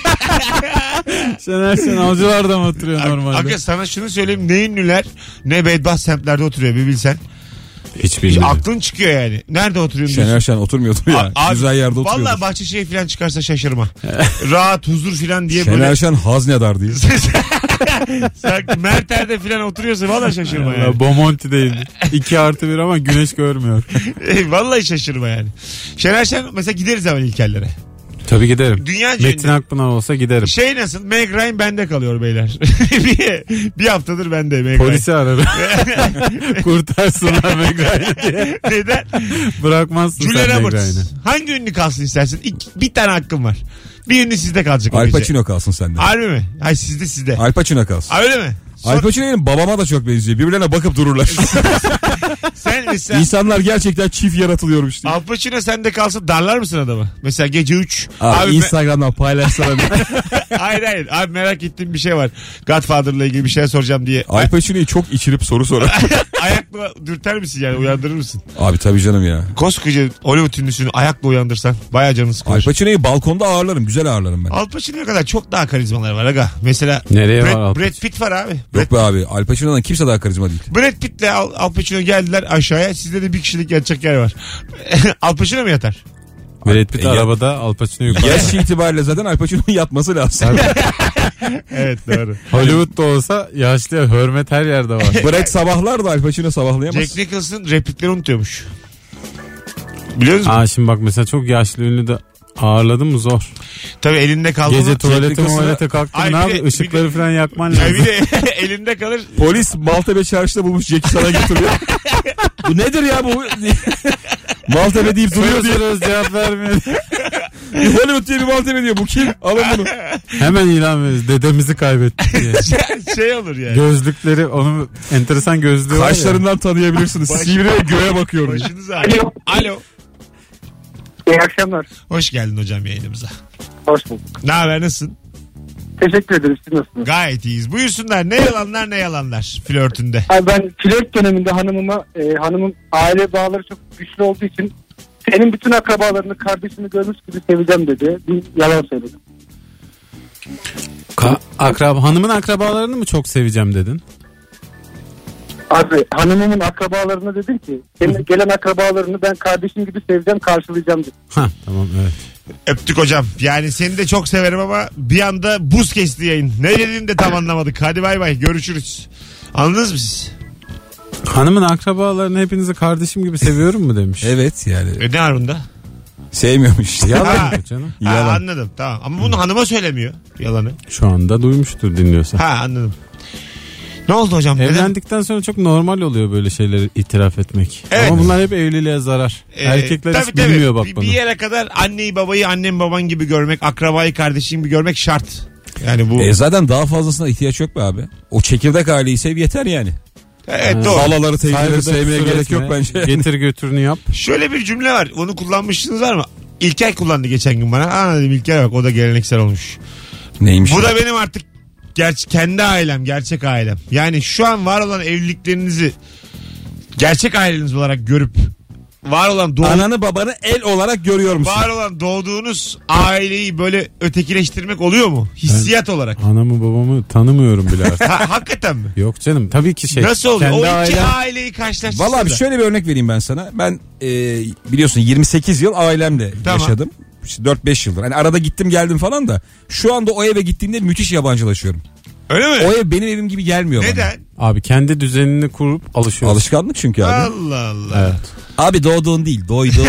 [SPEAKER 4] Şener Şen avcılarda mı oturuyor normalde?
[SPEAKER 2] Aga sana şunu söyleyeyim, ne ünlüler ne bedbaht semtlerde oturuyor bir bilsen.
[SPEAKER 4] Hiç bilmiyorum.
[SPEAKER 2] Aklın çıkıyor yani. Nerede oturuyorsun?
[SPEAKER 3] Şener Şen oturmuyordur ya.
[SPEAKER 2] Abi,
[SPEAKER 3] Güzel yerde oturuyordur.
[SPEAKER 2] Valla Bahçeşehir falan çıkarsa şaşırma. Rahat, huzur falan diye
[SPEAKER 3] Şener
[SPEAKER 2] böyle.
[SPEAKER 3] Şen haznedar diye.
[SPEAKER 2] Sen Merter'de falan oturuyorsa valla şaşırma yani.
[SPEAKER 4] Ya, Bomonti'deydi. 2+1 ama güneş görmüyor.
[SPEAKER 2] Vallahi şaşırma yani. Şener Şen mesela gideriz hemen İlkerlere.
[SPEAKER 4] Tabii giderim.
[SPEAKER 2] Dünyaca
[SPEAKER 4] Metin
[SPEAKER 2] ünlü.
[SPEAKER 4] Akpınar olsa giderim.
[SPEAKER 2] Şey nasıl? Meg Ryan bende kalıyor beyler. bir haftadır bende Meg Ryan.
[SPEAKER 4] Polisi ararım. Kurtarsınlar Meg Ryan'ı diye.
[SPEAKER 2] Neden?
[SPEAKER 4] Bırakmazsın
[SPEAKER 2] Julia
[SPEAKER 4] sen Meg
[SPEAKER 2] Roberts.
[SPEAKER 4] Ryan'ı.
[SPEAKER 2] Hangi ünlü kalsın istersin? Bir tane hakkım var. Bir ünlü sizde kalacak. o
[SPEAKER 3] Al
[SPEAKER 2] gece.
[SPEAKER 3] Pacino kalsın sende.
[SPEAKER 2] Harbi mi? Hayır sizde.
[SPEAKER 3] Al Pacino kalsın.
[SPEAKER 2] Öyle mi?
[SPEAKER 3] Al Pacino'nun babama da çok benziyor. Birbirlerine bakıp dururlar.
[SPEAKER 2] Sen mesela
[SPEAKER 3] İnsanlar gerçekten çift yaratılıyormuş diye.
[SPEAKER 2] Al Pacino sende kalsa darlar mısın adamı? Mesela gece 3.
[SPEAKER 3] Abi Instagram'dan paylaşsana.
[SPEAKER 2] Hayır. Abi merak ettiğim bir şey var. Godfather'la ilgili bir şey soracağım diye.
[SPEAKER 3] Al Pacino'yu çok içirip soru sorar.
[SPEAKER 2] Ayakla dürter misin yani? Uyandırır mısın?
[SPEAKER 3] Abi tabii canım ya.
[SPEAKER 2] Koskoca Hollywood ünlüsünü ayakla uyandırsan bayağı canını
[SPEAKER 3] Al
[SPEAKER 2] sıkılır.
[SPEAKER 3] Pacino'yu balkonda ağırlarım. Güzel ağırlarım ben.
[SPEAKER 2] Al Pacino'ya kadar çok daha karizmaları var aga. Mesela
[SPEAKER 4] Nereye var Al
[SPEAKER 2] Brad Pitt var abi.
[SPEAKER 3] Yok be abi. Al Pacino'dan kimse daha karizma değil.
[SPEAKER 2] Brad Pitt'le Al Pacino geldiler aşağıya. Sizde de bir kişilik yatacak yer var. Al Pacino mu yatar?
[SPEAKER 4] Brad Pitt
[SPEAKER 3] Ya-
[SPEAKER 4] arabada, Al Pacino yukarıda.
[SPEAKER 3] Yaş itibariyle zaten Al Pacino'nun yatması lazım.
[SPEAKER 2] Evet doğru.
[SPEAKER 4] Hollywood'da olsa yaşlıya hürmet her yerde var.
[SPEAKER 3] Brad sabahlar da Al Pacino sabahlayamaz.
[SPEAKER 2] Jack Nicholson replikleri unutuyormuş. Biliyor musun?
[SPEAKER 4] Şimdi bak mesela çok yaşlı ünlü de ağırladın mı zor.
[SPEAKER 2] Tabii elinde kaldı
[SPEAKER 4] Gece
[SPEAKER 2] mı?
[SPEAKER 4] tuvalete
[SPEAKER 3] Nicholson'a-
[SPEAKER 4] muvalete kalktın
[SPEAKER 2] Ay,
[SPEAKER 4] ne
[SPEAKER 2] bir
[SPEAKER 4] yap?
[SPEAKER 2] de-
[SPEAKER 4] Işıkları
[SPEAKER 2] bir de-
[SPEAKER 4] falan yakman
[SPEAKER 2] Ya
[SPEAKER 4] lazım.
[SPEAKER 2] bir de elinde kalır.
[SPEAKER 3] Polis Maltepe çarşıda bulmuş Jack'i sana getiriyor. Bu nedir ya bu? Maltepe deyip duruyor diye.
[SPEAKER 4] Soruyoruz cevap vermiyor.
[SPEAKER 3] Hollywood diye bir Maltepe diyor. Bu kim? Alın bunu.
[SPEAKER 4] Hemen ilan veririz. Dedemizi kaybettik diye.
[SPEAKER 2] Şey olur yani.
[SPEAKER 4] Gözlükleri, onun enteresan gözlüğü var ya.
[SPEAKER 3] Kaşlarından tanıyabilirsiniz. Sivri ve göğe bakıyor.
[SPEAKER 2] Başınız ağrıyor. Alo.
[SPEAKER 6] İyi akşamlar.
[SPEAKER 2] Hoş geldin hocam yayınımıza.
[SPEAKER 6] Hoş bulduk.
[SPEAKER 2] Ne haber nasılsın?
[SPEAKER 6] Teşekkür ederim. Siz nasılsınız?
[SPEAKER 2] Gayet iyiyiz. Buyursunlar ne yalanlar flörtünde.
[SPEAKER 6] Abi ben flört döneminde hanımın aile bağları çok güçlü olduğu için senin bütün akrabalarını, kardeşini görmüş gibi seveceğim dedi. Bir yalan söyledim.
[SPEAKER 4] Hanımın akrabalarını mı çok seveceğim dedin?
[SPEAKER 6] Abi hanımımın akrabalarına dedim ki senin gelen akrabalarını ben kardeşim gibi seveceğim, karşılayacağım dedim.
[SPEAKER 4] Tamam evet.
[SPEAKER 2] Öptük hocam. Yani seni de çok severim ama bir anda buz kesti yayın. Ne dediğini de tam anlamadık. Hadi bay bay görüşürüz. Anladınız mı siz?
[SPEAKER 4] Hanımın akrabalarını hepinizi kardeşim gibi seviyorum mu demiş.
[SPEAKER 3] Evet yani.
[SPEAKER 2] Ne var bunda?
[SPEAKER 3] Sevmiyormuş işte.
[SPEAKER 4] Yalan
[SPEAKER 2] Ha.
[SPEAKER 4] mı canım?
[SPEAKER 2] Ha,
[SPEAKER 3] Yalan.
[SPEAKER 2] anladım tamam. Ama bunu hanıma söylemiyor yalanı.
[SPEAKER 4] Şu anda duymuştur dinliyorsa.
[SPEAKER 2] Ha anladım. Ne oldu hocam? Neden?
[SPEAKER 4] Evlendikten sonra çok normal oluyor böyle şeyleri itiraf etmek.
[SPEAKER 2] Evet.
[SPEAKER 4] Ama bunlar hep evliliğe zarar. Erkekler
[SPEAKER 2] tabii,
[SPEAKER 4] hiç bilmiyor bak
[SPEAKER 2] bir
[SPEAKER 4] bunu.
[SPEAKER 2] yere kadar anneyi babayı annem baban gibi görmek, akrabayı kardeşin gibi görmek şart. Yani bu.
[SPEAKER 3] Zaten daha fazlasına ihtiyaç yok be abi. O çekirdek aileyi sev yeter yani.
[SPEAKER 2] Evet doğru.
[SPEAKER 3] Halaları teyzeleri
[SPEAKER 4] Saygıda
[SPEAKER 3] sevmeye
[SPEAKER 4] kusur
[SPEAKER 3] gerek yok
[SPEAKER 4] etme.
[SPEAKER 3] bence.
[SPEAKER 4] Getir götürünü yap.
[SPEAKER 2] Şöyle bir cümle var. Onu kullanmışsınız var mı? İlker kullandı geçen gün bana. Aa dedim İlker bak o da geleneksel olmuş.
[SPEAKER 3] Neymiş?
[SPEAKER 2] Bu
[SPEAKER 3] ya?
[SPEAKER 2] da benim artık kendi ailem, gerçek ailem. Yani şu an var olan evliliklerinizi gerçek aileniz olarak görüp var olan
[SPEAKER 3] Ananı babanı el olarak görüyor musun?
[SPEAKER 2] var olan doğduğunuz aileyi böyle ötekileştirmek oluyor mu? Hissiyat olarak.
[SPEAKER 4] Anamı babamı tanımıyorum bile artık.
[SPEAKER 2] Hakikaten mi?
[SPEAKER 4] Yok canım tabii ki şey.
[SPEAKER 2] Nasıl oluyor?
[SPEAKER 4] Kendi
[SPEAKER 2] O iki
[SPEAKER 4] ailem-
[SPEAKER 2] aileyi karşılaştırsana.
[SPEAKER 3] Vallahi şöyle bir örnek vereyim ben sana. Ben biliyorsun 28 yıl ailemle
[SPEAKER 2] Tamam.
[SPEAKER 3] yaşadım. İşte 4-5 yıldır. Hani arada gittim geldim falan da şu anda o eve gittiğimde müthiş yabancılaşıyorum.
[SPEAKER 2] Öyle mi?
[SPEAKER 3] O ev benim evim gibi gelmiyor bana.
[SPEAKER 2] Neden?
[SPEAKER 4] Abi kendi düzenini kurup alışıyorsun.
[SPEAKER 3] Alışkanlık çünkü abi.
[SPEAKER 2] Allah Allah.
[SPEAKER 4] Evet.
[SPEAKER 3] Abi doğduğun değil doyduğun.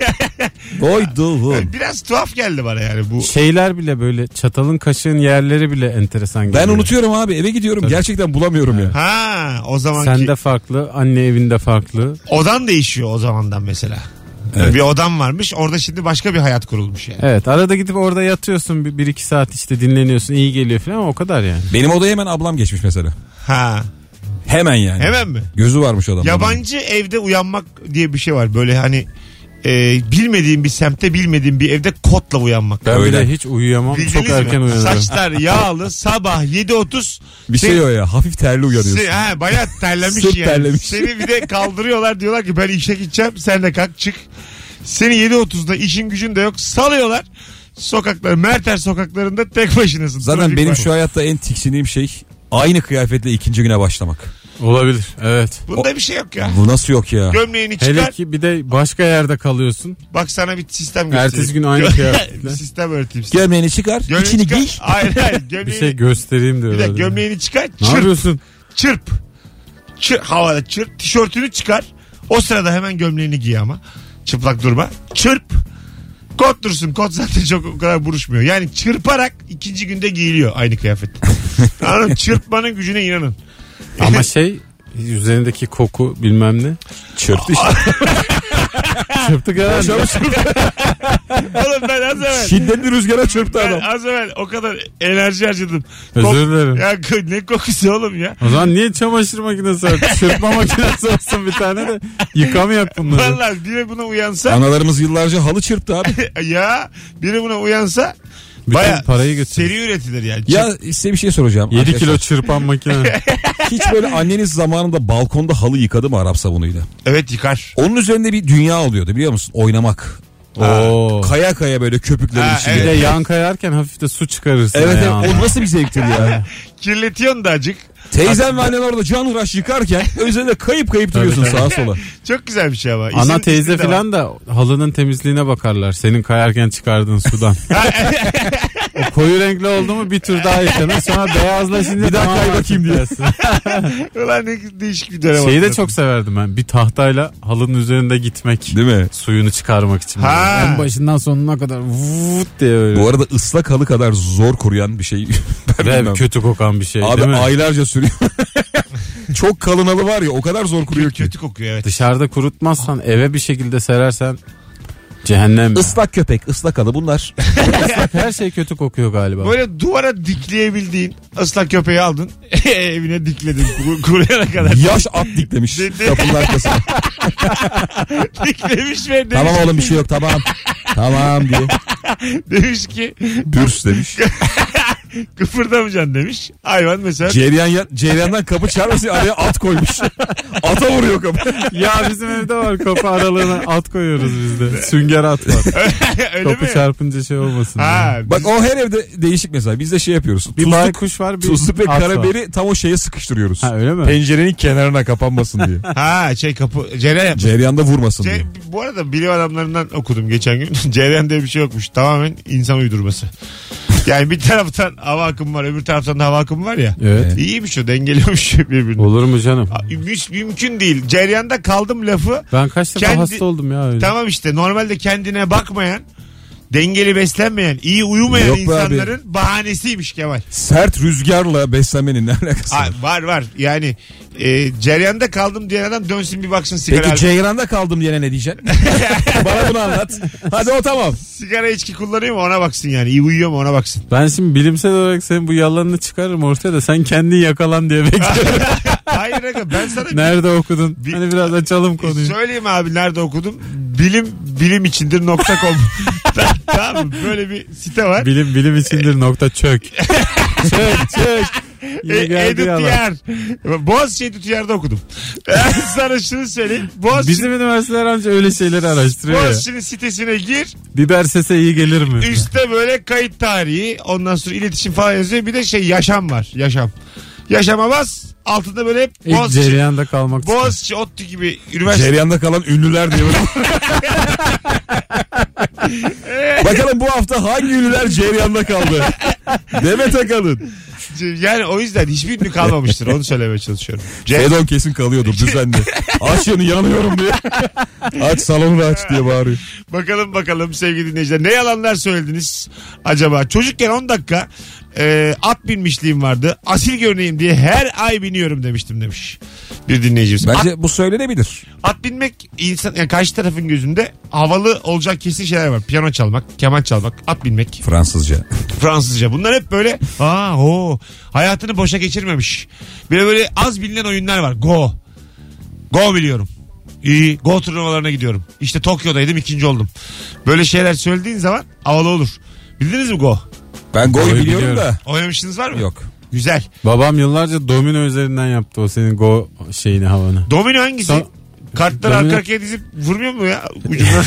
[SPEAKER 3] Doyduğun.
[SPEAKER 2] Biraz tuhaf geldi bana yani bu.
[SPEAKER 4] Şeyler bile böyle çatalın kaşığın yerleri bile enteresan geliyor.
[SPEAKER 3] Ben unutuyorum abi eve gidiyorum.
[SPEAKER 4] Tabii.
[SPEAKER 3] Gerçekten bulamıyorum ya.
[SPEAKER 2] Ha o zamanki.
[SPEAKER 4] Sen de farklı, anne evinde farklı.
[SPEAKER 2] Odan değişiyor o zamandan mesela.
[SPEAKER 3] Evet.
[SPEAKER 2] Bir odam varmış orada şimdi başka bir hayat kurulmuş yani.
[SPEAKER 4] Evet arada gidip orada yatıyorsun bir iki saat işte dinleniyorsun iyi geliyor falan ama o kadar yani.
[SPEAKER 3] Benim odaya hemen ablam geçmiş mesela.
[SPEAKER 2] Ha.
[SPEAKER 3] Hemen yani.
[SPEAKER 2] Hemen mi?
[SPEAKER 3] Gözü varmış adamın.
[SPEAKER 2] Yabancı evde uyanmak diye bir şey var. Böyle hani bilmediğim bir semtte bilmediğim bir evde kotla uyanmak.
[SPEAKER 4] Ben
[SPEAKER 3] Öyle.
[SPEAKER 4] bile hiç uyuyamam
[SPEAKER 2] Bildiniz
[SPEAKER 4] çok
[SPEAKER 2] mi?
[SPEAKER 4] erken uyanırım.
[SPEAKER 2] Saçlar yağlı sabah 7.30.
[SPEAKER 3] Bir şey o ya hafif terli uyanıyorsun.
[SPEAKER 2] Bayağı terlemiş
[SPEAKER 3] Sırt
[SPEAKER 2] yani.
[SPEAKER 3] terlemiş.
[SPEAKER 2] Seni bir de kaldırıyorlar diyorlar ki ben işe gideceğim sen de kalk çık. Seni 7.30'da işin gücün de yok salıyorlar. Sokakları Merter sokaklarında tek başınasın.
[SPEAKER 3] Zaten
[SPEAKER 2] Trafik
[SPEAKER 3] benim
[SPEAKER 2] var.
[SPEAKER 3] şu hayatta en tiksindiğim şey aynı kıyafetle ikinci güne başlamak.
[SPEAKER 4] Olabilir evet.
[SPEAKER 2] Bunda bir şey yok ya.
[SPEAKER 3] Bu nasıl yok ya?
[SPEAKER 2] Gömleğini çıkar.
[SPEAKER 4] Hele ki bir de başka yerde kalıyorsun.
[SPEAKER 2] Bak sana bir sistem göstereyim.
[SPEAKER 4] Ertesi gün aynı kıyafetle.
[SPEAKER 2] Bir sistem öğreteyim size.
[SPEAKER 3] Gömleğini çıkar,
[SPEAKER 2] Gömleğini
[SPEAKER 3] içini
[SPEAKER 2] çıkar.
[SPEAKER 3] giy.
[SPEAKER 2] Hayır
[SPEAKER 4] Bir
[SPEAKER 2] gömleğini.
[SPEAKER 4] şey göstereyim
[SPEAKER 2] Bir
[SPEAKER 4] diyor.
[SPEAKER 2] dakika gömleğini çıkar.
[SPEAKER 4] Ne
[SPEAKER 2] Çırp.
[SPEAKER 4] yapıyorsun?
[SPEAKER 2] Çırp. Havada çırp. Tişörtünü çıkar. O sırada hemen gömleğini giy ama. Çıplak durma. Çırp. Kot dursun. Kot zaten çok o kadar buruşmuyor. Yani çırparak ikinci günde giyiliyor aynı kıyafet. Anladın mı? Çırpmanın gücüne inanın.
[SPEAKER 4] Ama üzerindeki koku bilmem ne.
[SPEAKER 3] Çırptı işte.
[SPEAKER 4] Çırptık herhalde.
[SPEAKER 2] Oğlum ben az evvel.
[SPEAKER 3] Şiddetli rüzgara çırptı adam.
[SPEAKER 2] Ben az evvel o kadar enerji harcadım.
[SPEAKER 4] Özür dilerim.
[SPEAKER 2] Ya ne kokusu oğlum ya.
[SPEAKER 4] O zaman niye çamaşır makinesi var? Çırpma makinesi olsun bir tane de yıkamayak bunları.
[SPEAKER 2] Vallahi biri buna uyansa.
[SPEAKER 3] Analarımız yıllarca halı çırptı abi.
[SPEAKER 2] Ya biri buna uyansa
[SPEAKER 4] Bütün
[SPEAKER 2] baya
[SPEAKER 4] parayı götürür.
[SPEAKER 2] seri üretilir yani.
[SPEAKER 3] Ya size bir şey soracağım.
[SPEAKER 4] 7
[SPEAKER 3] arkadaşlar.
[SPEAKER 4] kilo çırpan makine.
[SPEAKER 3] Hiç böyle anneniz zamanında balkonda halı yıkadı mı Arap sabunuyla?
[SPEAKER 2] Evet yıkar.
[SPEAKER 3] Onun üzerinde bir dünya oluyordu biliyor musun? Oynamak.
[SPEAKER 4] Oo.
[SPEAKER 3] Kaya kaya böyle köpüklerin
[SPEAKER 2] Ha,
[SPEAKER 3] içinde.
[SPEAKER 4] Bir de yan kayarken hafif de su çıkarırsın.
[SPEAKER 3] Evet,
[SPEAKER 4] ayağına.
[SPEAKER 3] o nasıl bir zevktir ya.
[SPEAKER 2] Kirletiyorsun da acık.
[SPEAKER 3] Teyzem ve annen orada canhıraş yıkarken üzerinde kayıp duruyorsun
[SPEAKER 4] Tabii.
[SPEAKER 3] sağa sola.
[SPEAKER 2] Çok güzel bir şey ama.
[SPEAKER 4] Ana teyze
[SPEAKER 2] İzin de var.
[SPEAKER 4] falan da halının temizliğine bakarlar. Senin kayarken çıkardığın sudan. O koyu renkli oldu mu bir tur daha yıkanır. Sonra beyazlaşınca
[SPEAKER 3] Bir daha
[SPEAKER 4] tamamen
[SPEAKER 3] kay bakayım diye.
[SPEAKER 4] dersin.
[SPEAKER 2] Ulan ne değişik bir dönem.
[SPEAKER 4] Şeyi de
[SPEAKER 2] oldu.
[SPEAKER 4] çok severdim ben. Bir tahtayla halının üzerinde gitmek.
[SPEAKER 3] Değil mi?
[SPEAKER 4] Suyunu çıkarmak için.
[SPEAKER 2] Ha.
[SPEAKER 4] En başından sonuna kadar vut diye öyle.
[SPEAKER 3] Bu arada ıslak halı kadar zor kuruyan bir şey. Ben
[SPEAKER 4] Ve
[SPEAKER 3] bilmem.
[SPEAKER 4] kötü kokan bir şey
[SPEAKER 3] Abi
[SPEAKER 4] değil mi?
[SPEAKER 3] aylarca sürüyor. Çok kalın halı var ya o kadar zor kuruyor ki.
[SPEAKER 2] Kötü kokuyor evet.
[SPEAKER 4] Dışarıda kurutmazsan eve bir şekilde serersen cehennem.
[SPEAKER 3] Islak köpek, ıslak halı bunlar.
[SPEAKER 4] Her şey kötü kokuyor galiba.
[SPEAKER 2] Böyle duvara dikleyebildiğin ıslak köpeği aldın. Evine dikledin kuruyana kadar.
[SPEAKER 3] Yaş at diklemiş kapının arkasına.
[SPEAKER 2] Diklemiş ve demiş,
[SPEAKER 3] Tamam oğlum bir şey yok tamam. Tamam diye.
[SPEAKER 2] demiş ki
[SPEAKER 3] Bürs demiş.
[SPEAKER 2] kıpırdamayacaksın demiş. Hayvan mesela.
[SPEAKER 3] Cereyandan kapı çarpmasın araya at koymuş. Ata vuruyor kapı.
[SPEAKER 4] Ya bizim evde var kapı aralığına at koyuyoruz biz de. Sünger at var.
[SPEAKER 2] Öyle
[SPEAKER 4] Kapı
[SPEAKER 2] mi?
[SPEAKER 4] çarpınca şey olmasın.
[SPEAKER 2] Ha,
[SPEAKER 3] Bak o her evde değişik mesela. Biz de şey yapıyoruz.
[SPEAKER 4] Bir baykuş var bir
[SPEAKER 3] Tuzlu ve
[SPEAKER 4] at var.
[SPEAKER 3] karabiberi tam o şeye sıkıştırıyoruz.
[SPEAKER 4] Ha öyle mi?
[SPEAKER 3] Pencerenin kenarına kapanmasın diye.
[SPEAKER 2] ha kapı cereyan yapmış.
[SPEAKER 3] Cereyanda vurmasın diye.
[SPEAKER 2] Bu arada bilim adamlarından okudum geçen gün. Cereyan diye bir şey yokmuş. Tamamen insan uydurması. Yani bir taraftan hava akımı var, öbür taraftan da hava akımı var ya.
[SPEAKER 4] Evet.
[SPEAKER 2] İyiymiş o, dengeliyormuş birbirini.
[SPEAKER 4] Olur mu canım?
[SPEAKER 2] Mümkün değil. Cereyanda kaldım lafı.
[SPEAKER 4] Ben kaç defa
[SPEAKER 2] Kendi-
[SPEAKER 4] hasta oldum ya öyle.
[SPEAKER 2] Tamam işte normalde kendine bakmayan, dengeli beslenmeyen, iyi uyumayan
[SPEAKER 3] Yok be
[SPEAKER 2] insanların bahanesiymiş Kemal.
[SPEAKER 3] Sert rüzgarla beslenmenin ne alakası var?
[SPEAKER 2] Var yani cereyanda kaldım diyen adam dönsün bir baksın sigara.
[SPEAKER 3] Peki Ceyran'da kaldım diyene ne diyeceksin? Bana bunu anlat. Hadi o tamam.
[SPEAKER 2] Sigara içki kullanıyor mu ona baksın yani. İyi uyuyor mu ona baksın.
[SPEAKER 4] Ben şimdi bilimsel olarak senin bu yalanını çıkarırım ortaya da sen kendin yakalan diye bekliyorum.
[SPEAKER 2] Hayır aga ben sana
[SPEAKER 4] Nerede okudun? Hani biraz açalım konuyu.
[SPEAKER 2] söyleyeyim abi nerede okudum. Bilim içindir.com. Tamam mı? Böyle bir site var.
[SPEAKER 4] Bilim içindir nokta çök. çök. Yine geldi yalan.
[SPEAKER 2] Edutiyar. Boğaziçi Edutiyar'da okudum. Sana şunu söyleyeyim.
[SPEAKER 4] Bizim üniversiteler anca öyle şeyleri araştırıyor ya.
[SPEAKER 2] Boğaziçi'nin sitesine gir.
[SPEAKER 4] Biber sese iyi gelir mi?
[SPEAKER 2] Üstte böyle kayıt tarihi. Ondan sonra iletişim falan yazıyor. Bir de yaşam var. Yaşam. Yaşama bas. Altında böyle hep
[SPEAKER 4] İlk
[SPEAKER 2] Boğaziçi.
[SPEAKER 4] cereyanda kalmak istiyor.
[SPEAKER 2] Boğaziçi, ODTÜ gibi üniversite.
[SPEAKER 3] Cereyan'da kalan ünlüler diye. Bakalım bu hafta hangi ünlüler Cereyan'da kaldı? Demet Akalın.
[SPEAKER 2] Yani o yüzden hiçbir ünlü kalmamıştır. Onu söylemeye çalışıyorum.
[SPEAKER 3] Fedon kesin kalıyordur düzenli. Aç yanı yanıyorum diye. Aç salonu aç diye bağırıyor.
[SPEAKER 2] Bakalım sevgili dinleyiciler. Ne yalanlar söylediniz acaba? Çocukken 10 dakika at binmişliğim vardı. Asil görüneyim diye her ay biniyorum demiş bir dinleyicimiz.
[SPEAKER 3] Bence bu söylenebilir.
[SPEAKER 2] At binmek insan yani karşı tarafın gözünde havalı olacak kesin şeyler var. Piyano çalmak, keman çalmak, at binmek,
[SPEAKER 3] Fransızca.
[SPEAKER 2] Fransızca. Bunlar hep böyle hayatını boşa geçirmemiş. Bir de böyle az bilinen oyunlar var. Go biliyorum. İyi. Go turnuvalarına gidiyorum. İşte Tokyo'daydım 2. oldum. Böyle şeyler söylediğin zaman havalı olur. Bildiniz mi Go?
[SPEAKER 3] Ben Go'yu
[SPEAKER 4] Go'yu
[SPEAKER 3] biliyorum
[SPEAKER 4] biliyorum.
[SPEAKER 3] da.
[SPEAKER 2] Oynamışsınız var mı?
[SPEAKER 3] Yok.
[SPEAKER 2] Güzel.
[SPEAKER 4] Babam yıllarca domino üzerinden yaptı o senin go şeyini havanı.
[SPEAKER 2] Domino hangisi? Kartları
[SPEAKER 4] Domino-
[SPEAKER 2] arka arkaya dizip vurmuyor mu ya? Ucundan.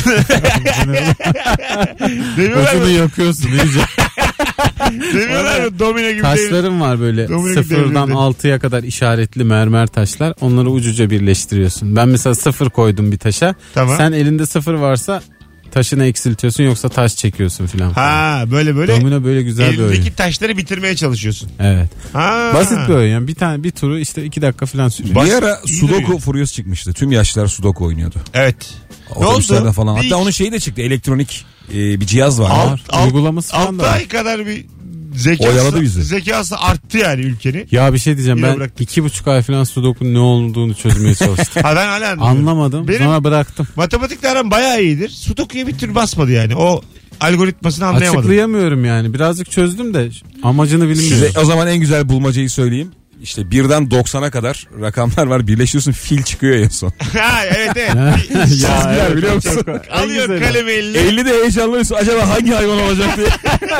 [SPEAKER 2] Demiyorlar
[SPEAKER 4] Ucunu
[SPEAKER 2] mı?
[SPEAKER 4] yakıyorsun iyice.
[SPEAKER 2] Demiyorlar mı? Domino gibi değil.
[SPEAKER 4] Taşların var böyle
[SPEAKER 2] Domino gibi
[SPEAKER 4] 0'dan
[SPEAKER 2] devrildi.
[SPEAKER 4] 6'ya kadar işaretli mermer taşlar. Onları ucuca birleştiriyorsun. Ben mesela 0 koydum bir taşa.
[SPEAKER 2] Tamam.
[SPEAKER 4] Sen elinde 0 varsa taşını eksiltiyorsun yoksa taş çekiyorsun filan.
[SPEAKER 2] Ha böyle
[SPEAKER 4] Domino böyle güzel bir oyun.
[SPEAKER 2] elindeki taşları bitirmeye çalışıyorsun.
[SPEAKER 4] Evet.
[SPEAKER 2] Ha.
[SPEAKER 4] Basit bir oyun yani bir turu işte 2 dakika filan sürüyor.
[SPEAKER 3] Bir ara
[SPEAKER 2] iyi
[SPEAKER 3] Sudoku
[SPEAKER 2] duruyor.
[SPEAKER 3] furyası çıkmıştı. Tüm yaşlılar Sudoku oynuyordu.
[SPEAKER 2] Evet. Ne
[SPEAKER 3] Otobüslerde
[SPEAKER 2] oldu?
[SPEAKER 3] falan.
[SPEAKER 2] Bir-
[SPEAKER 3] Hatta onun şeyi de çıktı. Elektronik bir cihaz var.
[SPEAKER 4] Uygulaması falan
[SPEAKER 2] 6
[SPEAKER 4] da var.
[SPEAKER 3] şey
[SPEAKER 2] ay kadar bir
[SPEAKER 3] Oyaladı bizi.
[SPEAKER 2] zekası arttı yani ülkenin.
[SPEAKER 4] Ya bir şey diyeceğim,
[SPEAKER 2] Yine
[SPEAKER 4] ben
[SPEAKER 2] bıraktık.
[SPEAKER 4] 2,5 ay falan Sudoku'nun ne olduğunu çözmeye çalıştım.
[SPEAKER 2] Ha ben hala
[SPEAKER 4] Anlamadım,
[SPEAKER 2] Benim
[SPEAKER 4] sonra bıraktım.
[SPEAKER 2] matematikle aram bayağı iyidir. Sudoku'ya bir tür basmadı yani. O algoritmasını anlayamadım.
[SPEAKER 4] Açıklayamıyorum yani. Birazcık çözdüm de amacını bilmiyorum.
[SPEAKER 3] Size o zaman en güzel bulmacayı söyleyeyim. İşte 1'den 90'a kadar rakamlar var. Birleştiriyorsun, fil çıkıyor en son.
[SPEAKER 2] Ha evet evet.
[SPEAKER 4] Ya, evet,
[SPEAKER 3] biliyor musun?
[SPEAKER 2] Alıyor
[SPEAKER 4] güzeli.
[SPEAKER 2] kalemi eline.
[SPEAKER 3] 50 de heyecanlanıyorsun. Acaba hangi hayvan olacak diye.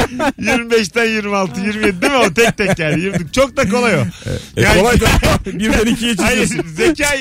[SPEAKER 2] 25'ten 26, 27 değil mi o tek tek yani. 20. Çok da kolay o.
[SPEAKER 3] Kolay da 1'den 2'ye
[SPEAKER 2] Hayır
[SPEAKER 3] çıkıyorsun.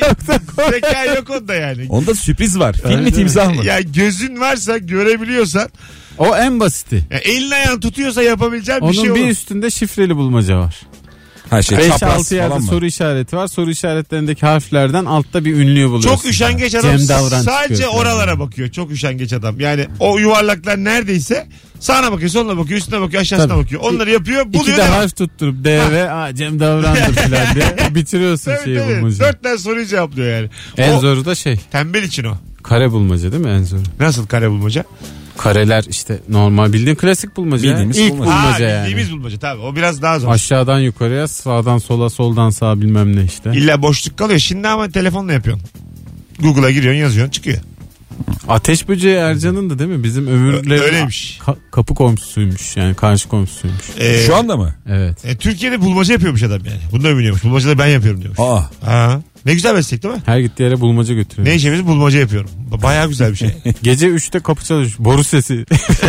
[SPEAKER 2] zeka yok onda yani.
[SPEAKER 3] Onda sürpriz var. Fil mi timsah mı?
[SPEAKER 2] Ya gözün varsa görebiliyorsan
[SPEAKER 4] O en basiti.
[SPEAKER 2] ya elin ayağın tutuyorsa yapabileceğin bir
[SPEAKER 4] Onun
[SPEAKER 2] şey
[SPEAKER 4] bir
[SPEAKER 2] olur.
[SPEAKER 4] üstünde şifreli bulmaca var.
[SPEAKER 3] Ha şey çapraz
[SPEAKER 4] 5-6 yerde
[SPEAKER 3] falan mı?
[SPEAKER 4] soru işareti var. Soru işaretlerindeki harflerden altta bir ünlüyü buluyorsun.
[SPEAKER 2] Çok üşengeç adam
[SPEAKER 4] Cem Davran
[SPEAKER 2] sadece
[SPEAKER 4] çıkıyor.
[SPEAKER 2] oralara bakıyor. Çok üşengeç adam. Yani o yuvarlaklar neredeyse sağına bakıyor, soluna bakıyor, üstüne bakıyor, aşağısına
[SPEAKER 4] Tabii.
[SPEAKER 2] bakıyor. Onları yapıyor, buluyor.
[SPEAKER 4] İki de harf tutturup D ve Cem Davran'dır filan diye bitiriyorsun
[SPEAKER 2] Tabii,
[SPEAKER 4] şeyi
[SPEAKER 2] tabii.
[SPEAKER 4] bulmacayı.
[SPEAKER 2] 4 tane soruyu cevaplıyor yani.
[SPEAKER 4] En
[SPEAKER 2] O
[SPEAKER 4] zoru da şey,
[SPEAKER 2] tembel için o.
[SPEAKER 4] kare bulmaca değil mi en zoru?
[SPEAKER 2] Nasıl kare bulmaca?
[SPEAKER 4] Kareler işte normal bildiğin klasik bulmaca.
[SPEAKER 3] Bildiğimiz
[SPEAKER 4] İlk
[SPEAKER 3] bulmaca.
[SPEAKER 4] bulmaca
[SPEAKER 2] Ha,
[SPEAKER 4] yani.
[SPEAKER 2] bildiğimiz bulmaca tabii. O biraz daha zor.
[SPEAKER 4] Aşağıdan yukarıya, sağdan sola, soldan sağa bilmem ne işte.
[SPEAKER 2] İlla boşluk kalıyor. Şimdi ama telefonla yapıyorsun. Google'a giriyorsun, yazıyorsun, çıkıyor.
[SPEAKER 4] Ateş böceği Ercan'ın da değil mi? Bizim ömürlerin
[SPEAKER 2] Öyleymiş.
[SPEAKER 4] kapı komşusuymuş yani, karşı komşusuymuş.
[SPEAKER 3] Şu anda mı?
[SPEAKER 4] Evet.
[SPEAKER 2] Türkiye'de bulmaca yapıyormuş adam yani. Bunu da övünüyormuş. Bulmacada ben yapıyorum diyormuş.
[SPEAKER 3] Aa.
[SPEAKER 2] Ne güzel meslek değil mi?
[SPEAKER 4] Her gittiği yere bulmaca götürüyor.
[SPEAKER 2] Ne işimiz? Bulmaca yapıyorum. Bayağı güzel bir şey.
[SPEAKER 4] Gece 3'te kapı çalışıyor. Boru sesi.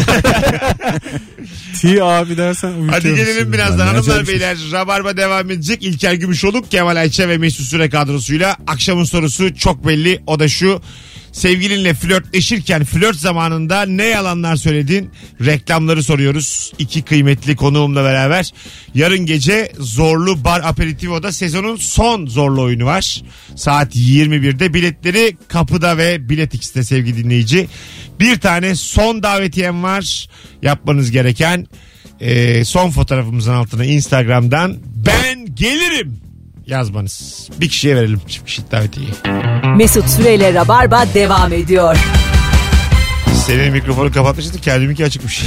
[SPEAKER 4] T abi dersen uyutuyormuş.
[SPEAKER 2] Hadi gelelim
[SPEAKER 4] şimdi.
[SPEAKER 2] birazdan
[SPEAKER 3] Ben
[SPEAKER 2] hanımlar
[SPEAKER 3] acayip
[SPEAKER 2] beyler. Rabarba devam edecek. İlker Gümüşoluk, Kemal Ayça ve Mesut Süre kadrosuyla. Akşamın sorusu çok belli. O da şu: sevgilinle flörtleşirken flört zamanında ne yalanlar söyledin? Reklamları soruyoruz. İki kıymetli konuğumla beraber. Yarın gece Zorlu Bar Aperitivo'da sezonun son zorlu oyunu var. Saat 21'de biletleri kapıda ve Bilet X'te sevgili dinleyici. Bir tane son davetiyem var. Yapmanız gereken son fotoğrafımızın altına Instagram'dan ben gelirim yazmanız. Bir kişiye verelim çift kişilik davetiyeyi.
[SPEAKER 1] Mesut Süreyle Rabarba devam ediyor.
[SPEAKER 2] Senin mikrofonu kapatmıştın, kendiminki açıkmış.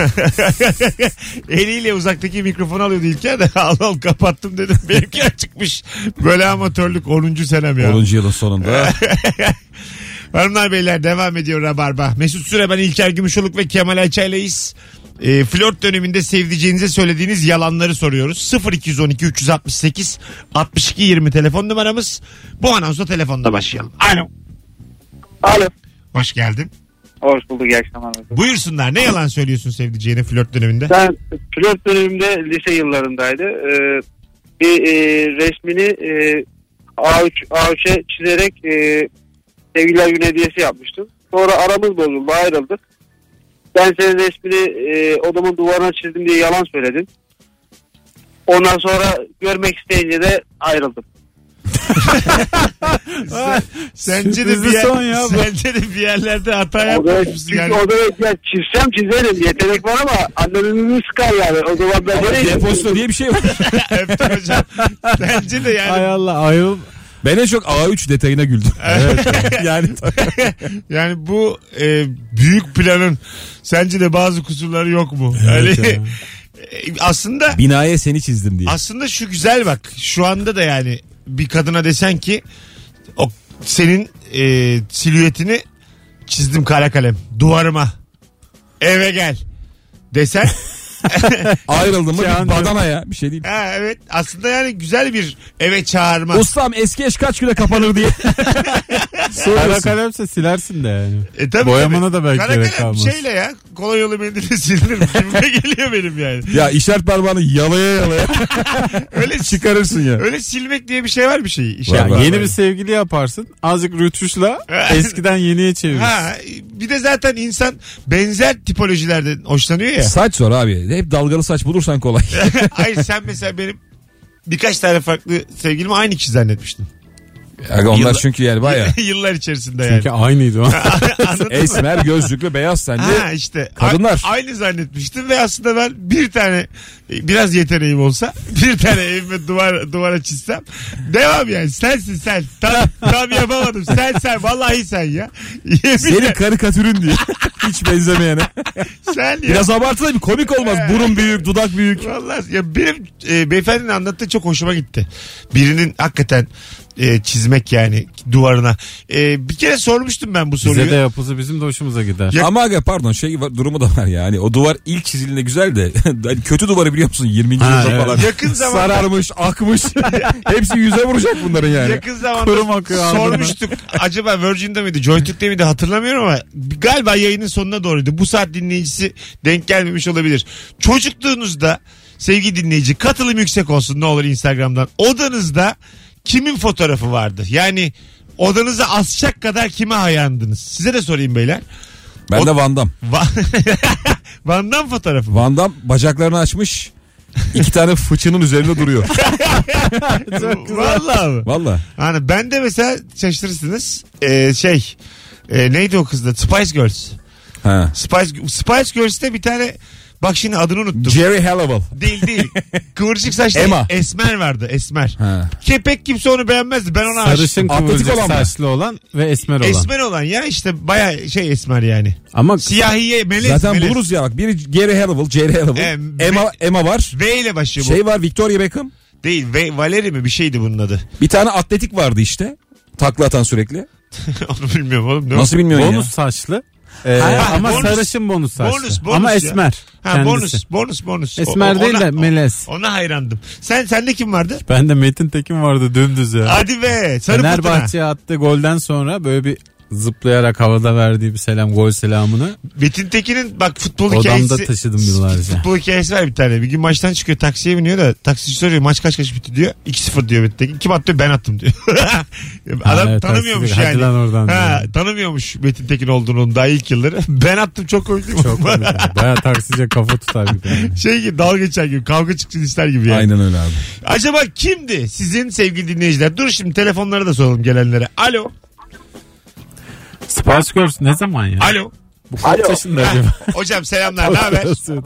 [SPEAKER 2] Eliyle uzaktaki mikrofonu alıyordu İlker de al kapattım dedim. Benimki açıkmış. Böyle amatörlük 10. senem ya.
[SPEAKER 3] 10. yılın sonunda.
[SPEAKER 2] Hanımlar beyler devam ediyor Rabarba. Mesut Süre, ben İlker Gümüşoluk ve Kemal Ayça'yleyiz. Flört döneminde sevdiceğinize söylediğiniz yalanları soruyoruz. 0212 368 62 20 telefon numaramız. Bu anonsla telefonda başlayalım. Alo.
[SPEAKER 6] Alo.
[SPEAKER 2] Hoş geldin.
[SPEAKER 6] Hoş bulduk, iyi akşamlar.
[SPEAKER 2] Buyursunlar. Ne yalan söylüyorsun sevdiceğine flört döneminde?
[SPEAKER 6] Ben flört dönemimde lise yıllarındaydı. Bir resmini A3'e çizerek sevgililer günü hediyesi yapmıştım. Sonra aramız bozuldu, ayrıldık. Ben senin resmini odamın duvarına çizdim diye yalan söyledim. Ondan sonra görmek isteyince de ayrıldım.
[SPEAKER 2] Sence de
[SPEAKER 4] Sürprizli son ya bu.
[SPEAKER 2] sence de bir yerlerde hata
[SPEAKER 6] Odaya,
[SPEAKER 2] yapmışsın
[SPEAKER 6] çünkü
[SPEAKER 2] yani.
[SPEAKER 6] odaya ya çizsem çizerim, yetenek var ama annemin sıkar yani. O zaman ben
[SPEAKER 3] Depozito diye bir şey var.
[SPEAKER 2] Öptüm hocam. Sence de yani.
[SPEAKER 4] Hay Allah, ayrıl.
[SPEAKER 3] Ben en çok A3 detayına güldüm. yani
[SPEAKER 2] Yani bu büyük planın sence de bazı kusurları yok mu?
[SPEAKER 4] Evet
[SPEAKER 2] Yani,
[SPEAKER 4] ya.
[SPEAKER 2] aslında
[SPEAKER 3] binaya seni çizdim diye.
[SPEAKER 2] aslında şu güzel bak. Şu anda da yani bir kadına desen ki o senin silüetini çizdim kara kalem duvarıma. Eve gel desen.
[SPEAKER 3] Ayrıldım mı
[SPEAKER 4] Can
[SPEAKER 3] bir badana ya, bir şey değil.
[SPEAKER 2] Ha, evet aslında yani güzel bir eve çağırma.
[SPEAKER 3] Ustam eski eş kaç güne kapanır diye.
[SPEAKER 4] Kara kalemse silersin de yani.
[SPEAKER 2] Tabii,
[SPEAKER 4] Boyamana
[SPEAKER 2] tabii.
[SPEAKER 4] da belki
[SPEAKER 2] Kara
[SPEAKER 4] gerek
[SPEAKER 2] kalem
[SPEAKER 4] kalmaz.
[SPEAKER 2] şeyle ya kolonyalı mendille silinirim. Kimime geliyor benim yani.
[SPEAKER 3] Ya işaret parmağını yalaya
[SPEAKER 2] Öyle
[SPEAKER 3] çıkarırsın ya.
[SPEAKER 2] Öyle silmek diye bir şey var bir şey.
[SPEAKER 3] Var,
[SPEAKER 4] Ya
[SPEAKER 3] var.
[SPEAKER 4] yeni bir sevgili yaparsın. Azıcık rütuşla eskiden yeniye çevirirsin.
[SPEAKER 2] Ha, bir de zaten insan benzer tipolojilerden hoşlanıyor ya.
[SPEAKER 3] Saç zor abi. Hep dalgalı saç bulursan kolay.
[SPEAKER 2] Hayır sen mesela benim birkaç tane farklı sevgilimi aynı kişi zannetmiştin.
[SPEAKER 3] Yani onlar çünkü yani bayağı.
[SPEAKER 2] Yıllar içerisinde yani.
[SPEAKER 4] Çünkü aynıydı o.
[SPEAKER 2] Anladın mı?
[SPEAKER 3] Esmer, gözlüklü, beyaz sende.
[SPEAKER 2] Ha işte.
[SPEAKER 3] Kadınlar.
[SPEAKER 2] Aynı zannetmiştim ve aslında ben bir tane biraz yeteneğim olsa bir tane evime duvara çizsem devam yani. Sensin sen. Tam yapamadım. Sen. Vallahi sen ya.
[SPEAKER 3] Senin karikatürün diye. Hiç benzemeyene.
[SPEAKER 2] Sen ya.
[SPEAKER 3] Biraz abartı da bir komik olmaz. Burun büyük, dudak büyük.
[SPEAKER 2] Vallahi ya benim beyefendinin anlattığı çok hoşuma gitti. Birinin hakikaten çizmek yani duvarına. Bir kere sormuştum ben bu soruyu.
[SPEAKER 4] Bize de yapılsa bizim de hoşumuza gider.
[SPEAKER 2] Ya-
[SPEAKER 3] Ama aga pardon durumu da var yani. O duvar ilk çizildiğinde güzel de hani kötü duvarı biliyor musun? 20. yüzyılda
[SPEAKER 4] evet.
[SPEAKER 3] falan.
[SPEAKER 2] Yakın zamanda
[SPEAKER 3] Sararmış, akmış. Hepsi yüze vuracak bunların yani.
[SPEAKER 2] yakın zamanda
[SPEAKER 4] Kurum akıyor ardından.
[SPEAKER 2] sormuştuk. Acaba Virgin'de miydi, JoyTürk'te miydi hatırlamıyorum ama galiba yayının sonuna doğruydu. Bu saat dinleyicisi denk gelmemiş olabilir. Çocukluğunuzda sevgili dinleyici katılım yüksek olsun ne olur Instagram'dan. Odanızda kimin fotoğrafı vardı? Yani odanızı asacak kadar kime hayandınız? Size de sorayım beyler.
[SPEAKER 3] Ben de Van Damme.
[SPEAKER 2] Van Damme fotoğrafı.
[SPEAKER 3] Van Damme bacaklarını açmış. 2 tane fıçının üzerinde duruyor.
[SPEAKER 2] Vallahi mi?
[SPEAKER 3] Valla.
[SPEAKER 2] Hani ben de mesela şaşırırsınız. Neydi o kızda? Spice Girls.
[SPEAKER 3] Ha.
[SPEAKER 2] Spice Girls'te bir tane bak şimdi adını unuttum.
[SPEAKER 3] Jerry Halliwell.
[SPEAKER 2] Değil. Kıvırcık saçlı
[SPEAKER 3] Emma.
[SPEAKER 2] Esmer vardı. Esmer.
[SPEAKER 3] Ha.
[SPEAKER 2] Kepek kimse onu beğenmezdi. Ben ona aşıktım.
[SPEAKER 4] Sarışın
[SPEAKER 3] Atletik
[SPEAKER 4] kıvırcık
[SPEAKER 3] olan mı?
[SPEAKER 4] saçlı olan ve esmer olan.
[SPEAKER 2] Esmer olan ya işte baya esmer yani.
[SPEAKER 4] Ama
[SPEAKER 2] Siyahiye melez.
[SPEAKER 3] Zaten
[SPEAKER 2] melez.
[SPEAKER 3] buluruz ya bak. Biri Jerry Halliwell. Emma var.
[SPEAKER 2] V ile başlıyor bu.
[SPEAKER 3] Şey var, Victoria Beckham.
[SPEAKER 2] Değil. Valeri mi bir şeydi bunun adı.
[SPEAKER 3] Bir tane atletik vardı işte. Takla atan sürekli.
[SPEAKER 2] Onu bilmiyorum oğlum. Ne
[SPEAKER 3] Nasıl bilmiyorsun
[SPEAKER 4] bonus
[SPEAKER 3] ya?
[SPEAKER 4] saçlı.
[SPEAKER 2] Ha,
[SPEAKER 4] Ama
[SPEAKER 2] bonus.
[SPEAKER 4] sarışın bonus saçlı.
[SPEAKER 2] Bonus
[SPEAKER 4] ama
[SPEAKER 2] ya.
[SPEAKER 4] esmer.
[SPEAKER 2] Ha,
[SPEAKER 4] kendisi.
[SPEAKER 2] bonus.
[SPEAKER 4] Esmer değil de melez.
[SPEAKER 2] Ona hayrandım. Sende kim vardı?
[SPEAKER 4] Bende Metin Tekin vardı dümdüz ya.
[SPEAKER 2] Hadi be. Sarı fırtına.
[SPEAKER 4] Fenerbahçe'ye attığı golden sonra böyle bir zıplayarak havada verdiği bir selam, gol selamını
[SPEAKER 2] Metin Tekin'in bak futbol
[SPEAKER 4] odamda
[SPEAKER 2] hikayesi.
[SPEAKER 4] taşıdım yıllarca.
[SPEAKER 2] Futbol hikayesi var bir tane. Bir gün maçtan çıkıyor taksiye biniyor da taksici soruyor maç kaç bitti diyor. 2-0 diyor Metin Tekin. Kim attı ben attım diyor. Adam
[SPEAKER 4] evet,
[SPEAKER 2] tanımıyormuş
[SPEAKER 4] taksici,
[SPEAKER 2] yani.
[SPEAKER 4] hadi lan oradan diyor.
[SPEAKER 2] Tanımıyormuş Metin Tekin olduğunu daha ilk yılları. Ben attım çok komik değil mi?
[SPEAKER 4] Çok komik. Baya taksice kafa tutar bir tane.
[SPEAKER 2] Şey gibi dalga geçer gibi kavga çıksın ister gibi yani.
[SPEAKER 3] Aynen öyle abi.
[SPEAKER 2] Acaba kimdi sizin sevgili dinleyiciler? Dur şimdi telefonları da soralım gelenlere. Alo.
[SPEAKER 4] Spice Girls ne zaman ya?
[SPEAKER 2] Alo.
[SPEAKER 4] Bu kaç yaşında acaba?
[SPEAKER 2] Hocam selamlar ne haber?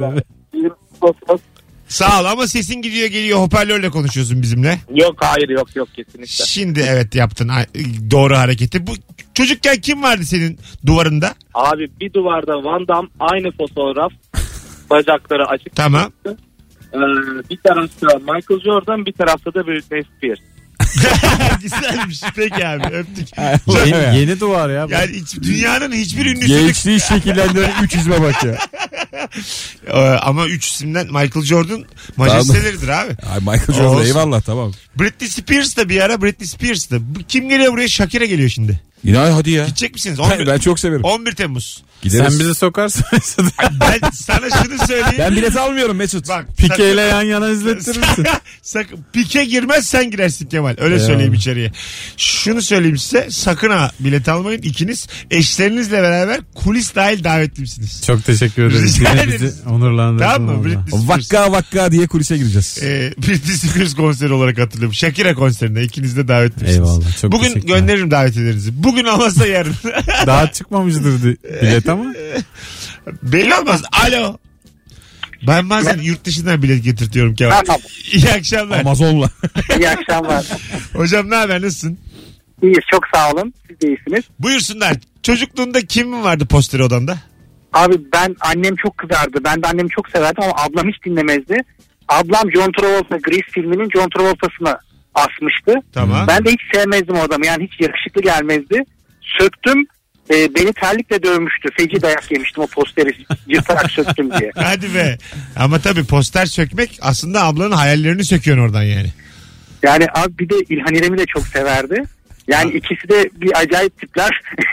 [SPEAKER 2] Sağ ol ama sesin gidiyor geliyor hoparlörle konuşuyorsun bizimle.
[SPEAKER 7] Yok hayır yok kesinlikle.
[SPEAKER 2] Şimdi evet yaptın doğru hareketi. Bu çocukken kim vardı senin duvarında?
[SPEAKER 7] Abi bir duvarda Van Damme aynı fotoğraf bacakları açık.
[SPEAKER 2] Tamam.
[SPEAKER 7] Bir tarafta Michael Jordan bir tarafta da Britney Spears.
[SPEAKER 2] Güzelmiş. Peki abi öptük.
[SPEAKER 4] Yeni duvar ya.
[SPEAKER 2] Yani dünyanın hiçbir ünlüsü
[SPEAKER 3] Gençliği şekillendiren 3 izme bak ya.
[SPEAKER 2] ama 3 isimden Michael Jordan majesteleri abi.
[SPEAKER 3] Ay Michael Jordan
[SPEAKER 2] Olsun.
[SPEAKER 3] eyvallah tamam.
[SPEAKER 2] Britney Spears da bir ara Britney Spears da. Kim geliyor buraya? Shakira geliyor şimdi.
[SPEAKER 3] İnan hadi ya.
[SPEAKER 2] Gidecek misiniz?
[SPEAKER 3] Ben çok severim.
[SPEAKER 2] 11 Temmuz.
[SPEAKER 3] Gideriz.
[SPEAKER 4] Sen bizi sokarsın.
[SPEAKER 2] Ben sana şunu söyleyeyim.
[SPEAKER 3] Ben bilet almıyorum Mesut.
[SPEAKER 2] Bak,
[SPEAKER 4] Pike ile yan yana izlettirirsin.
[SPEAKER 2] Sakın Pike girmez sen girersin Kemal. Öyle söyleyeyim içeriye. Şunu söyleyeyim size. Sakın ha bilet almayın. İkiniz eşlerinizle beraber kulis dahil davetlimsiniz.
[SPEAKER 4] Çok teşekkür ederiz.
[SPEAKER 2] Rica
[SPEAKER 4] Yine
[SPEAKER 2] ederiz.
[SPEAKER 4] bizi onurlandırdın.
[SPEAKER 2] Tamam mı?
[SPEAKER 4] orada.
[SPEAKER 2] Britney Spears.
[SPEAKER 3] Vakka diye kulise gireceğiz.
[SPEAKER 2] Britney Spears konseri olarak hatırlıyorum. Shakira konserine ikiniz de davetlisiniz.
[SPEAKER 4] Eyvallah, çok
[SPEAKER 2] Bugün
[SPEAKER 4] teşekkürler.
[SPEAKER 2] gönderirim davetlerinizi. Bugün olmazsa yarın.
[SPEAKER 4] Daha çıkmamıştır bilet ama.
[SPEAKER 2] Belli olmaz. Alo. Ben bazen yurt dışından bilet getirtiyorum Kemal.
[SPEAKER 6] Tamam.
[SPEAKER 2] İyi akşamlar.
[SPEAKER 3] Amazon'la.
[SPEAKER 6] İyi akşamlar.
[SPEAKER 2] Hocam ne haber nasılsın?
[SPEAKER 6] İyiyiz çok sağ olun. Siz de iyisiniz.
[SPEAKER 2] Buyursunlar. Çocukluğunda kim vardı posteri odanda?
[SPEAKER 6] Abi annem çok kızardı. Ben de annemi çok severdim ama ablam hiç dinlemezdi. Ablam John Travolta Grease filminin John Travolta'sını asmıştı.
[SPEAKER 2] Tamam.
[SPEAKER 6] Ben de hiç sevmezdim o adamı. Yani hiç yakışıklı gelmezdi. Söktüm. Beni terlikle dövmüştü. Feci dayak yemiştim o posteri yırtarak söktüm diye.
[SPEAKER 2] Hadi be. Ama tabii poster sökmek aslında ablanın hayallerini söküyorsun oradan yani.
[SPEAKER 6] Yani abi bir de İlhan İrem'i de çok severdi. Yani ikisi de bir acayip tipler.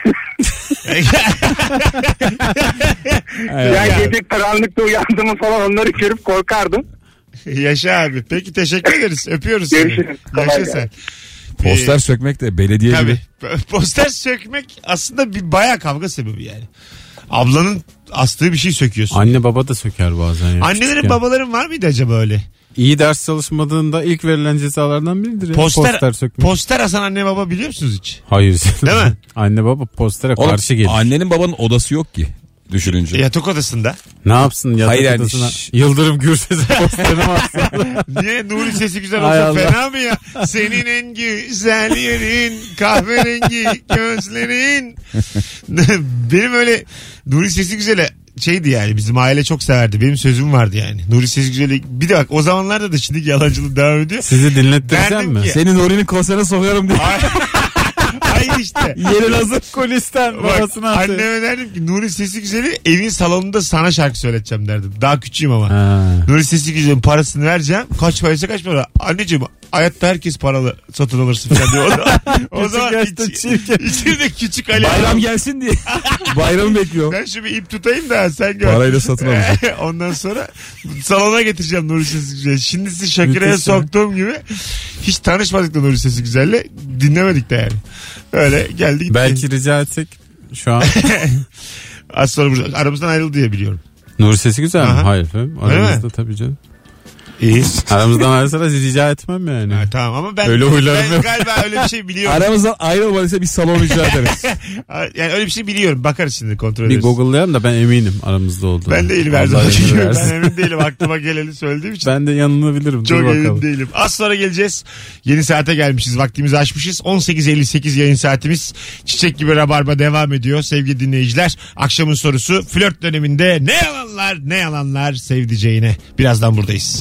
[SPEAKER 6] Yani gece karanlıkta uyandığımı falan onları görüp korkardım.
[SPEAKER 2] Yaşa abi. Peki teşekkür ederiz. Öpüyoruz seni.
[SPEAKER 6] Görüşürüz. Kolay
[SPEAKER 2] Yaşa
[SPEAKER 6] gelsin.
[SPEAKER 2] sen.
[SPEAKER 3] Poster sökmek de belediye
[SPEAKER 2] Tabii.
[SPEAKER 3] gibi.
[SPEAKER 2] Poster sökmek aslında bir bayağı kavga sebebi yani. Ablanın astığı bir şey söküyorsun.
[SPEAKER 4] Anne baba da söker bazen. Ya.
[SPEAKER 2] Annelerin
[SPEAKER 4] Küçükken.
[SPEAKER 2] babaların var mıydı acaba öyle?
[SPEAKER 4] İyi ders çalışmadığında ilk verilen cezalardan biridir. Ya.
[SPEAKER 2] Poster
[SPEAKER 4] sökmek.
[SPEAKER 2] Poster asan anne baba biliyor musunuz hiç?
[SPEAKER 4] Hayır.
[SPEAKER 2] Değil mi?
[SPEAKER 4] Anne baba postere
[SPEAKER 3] Oğlum,
[SPEAKER 4] karşı gelir.
[SPEAKER 3] annenin babanın odası yok ki düşününce.
[SPEAKER 2] Yatak odasında.
[SPEAKER 4] Ne yapsın yatak
[SPEAKER 3] Hayır yani
[SPEAKER 4] odasına? Yıldırım Gürses'in posterini mi atsın?
[SPEAKER 2] Niye? Nuri sesi güzel
[SPEAKER 4] Hay
[SPEAKER 2] olsa
[SPEAKER 4] Allah.
[SPEAKER 2] fena mı ya? Senin en güzel yerin, kahverengi gözlerin. Benim öyle Nuri sesi güzele şeydi yani, bizim aile çok severdi. Benim sözüm vardı yani. Nuri sesi güzeli. Bir de bak o zamanlarda da şimdiki yalancılık devam ediyor.
[SPEAKER 4] Sizi dinlettirsem
[SPEAKER 2] Derdim
[SPEAKER 4] mi?
[SPEAKER 2] ki-
[SPEAKER 3] Senin Nuri'nin konserine sokuyorum diye.
[SPEAKER 2] Hayır işte.
[SPEAKER 4] Yerin hazır kulisten
[SPEAKER 2] Bak,
[SPEAKER 4] babasına atıyor.
[SPEAKER 2] anneme derdim ki Nuri sesi güzeli evin salonunda sana şarkı söyleteceğim derdim. Daha küçüğüm ama.
[SPEAKER 4] Ha.
[SPEAKER 2] Nuri sesi güzelin parasını vereceğim. Kaç paraysa kaç para. Anneciğim hayatta herkes paralı satın alırsın falan diyor. O zaman
[SPEAKER 4] yaşta çirkin.
[SPEAKER 2] içimde küçük Ali.
[SPEAKER 3] Bayram gelsin diye. Bayramı bekliyor.
[SPEAKER 2] Ben şu bir ip tutayım da sen gör.
[SPEAKER 3] Parayla satın alacak.
[SPEAKER 2] Ondan sonra salona getireceğim Nuri sesi güzel. Şimdi sizi Şakire'ye
[SPEAKER 4] Müthiş.
[SPEAKER 2] soktuğum gibi hiç tanışmadık da Nuri sesi güzelle. Dinlemedik de yani. Öyle geldi gitti.
[SPEAKER 4] Belki rica etsek şu an.
[SPEAKER 2] Az sonra aramızdan ayrıldı diye biliyorum.
[SPEAKER 4] Nur sesi güzel mi?
[SPEAKER 2] Aha.
[SPEAKER 4] Hayır efendim.
[SPEAKER 2] Öyle mi?
[SPEAKER 4] Aramızda tabii canım.
[SPEAKER 2] İyi.
[SPEAKER 4] Aramızdan ayrılsa da rica etmem yani.
[SPEAKER 2] Ha, tamam ama ben,
[SPEAKER 4] Öyle huylarım
[SPEAKER 2] ben
[SPEAKER 4] yok.
[SPEAKER 2] galiba öyle bir şey biliyorum.
[SPEAKER 3] Aramızdan ayrılmadıysa bir salon rica ederiz.
[SPEAKER 2] Yani öyle bir şey biliyorum. Bakarız şimdi, kontrol
[SPEAKER 4] Bir
[SPEAKER 2] ederiz.
[SPEAKER 4] Google'layalım da ben eminim aramızda olduğunu.
[SPEAKER 2] Ben değilim her
[SPEAKER 4] Allah
[SPEAKER 2] zaman.
[SPEAKER 4] ömür
[SPEAKER 2] Ben
[SPEAKER 4] versin.
[SPEAKER 2] emin değilim. Aklıma geleni söylediğim için.
[SPEAKER 4] Ben de yanılabilirim.
[SPEAKER 2] Çok
[SPEAKER 4] Dur
[SPEAKER 2] emin
[SPEAKER 4] bakalım.
[SPEAKER 2] değilim. Az sonra geleceğiz. Yeni saate gelmişiz. Vaktimizi aşmışız. 18.58 yayın saatimiz. Çiçek gibi Rabarba devam ediyor. Sevgili dinleyiciler. Akşamın sorusu, flört döneminde ne yalanlar sevdiceğine. Birazdan buradayız.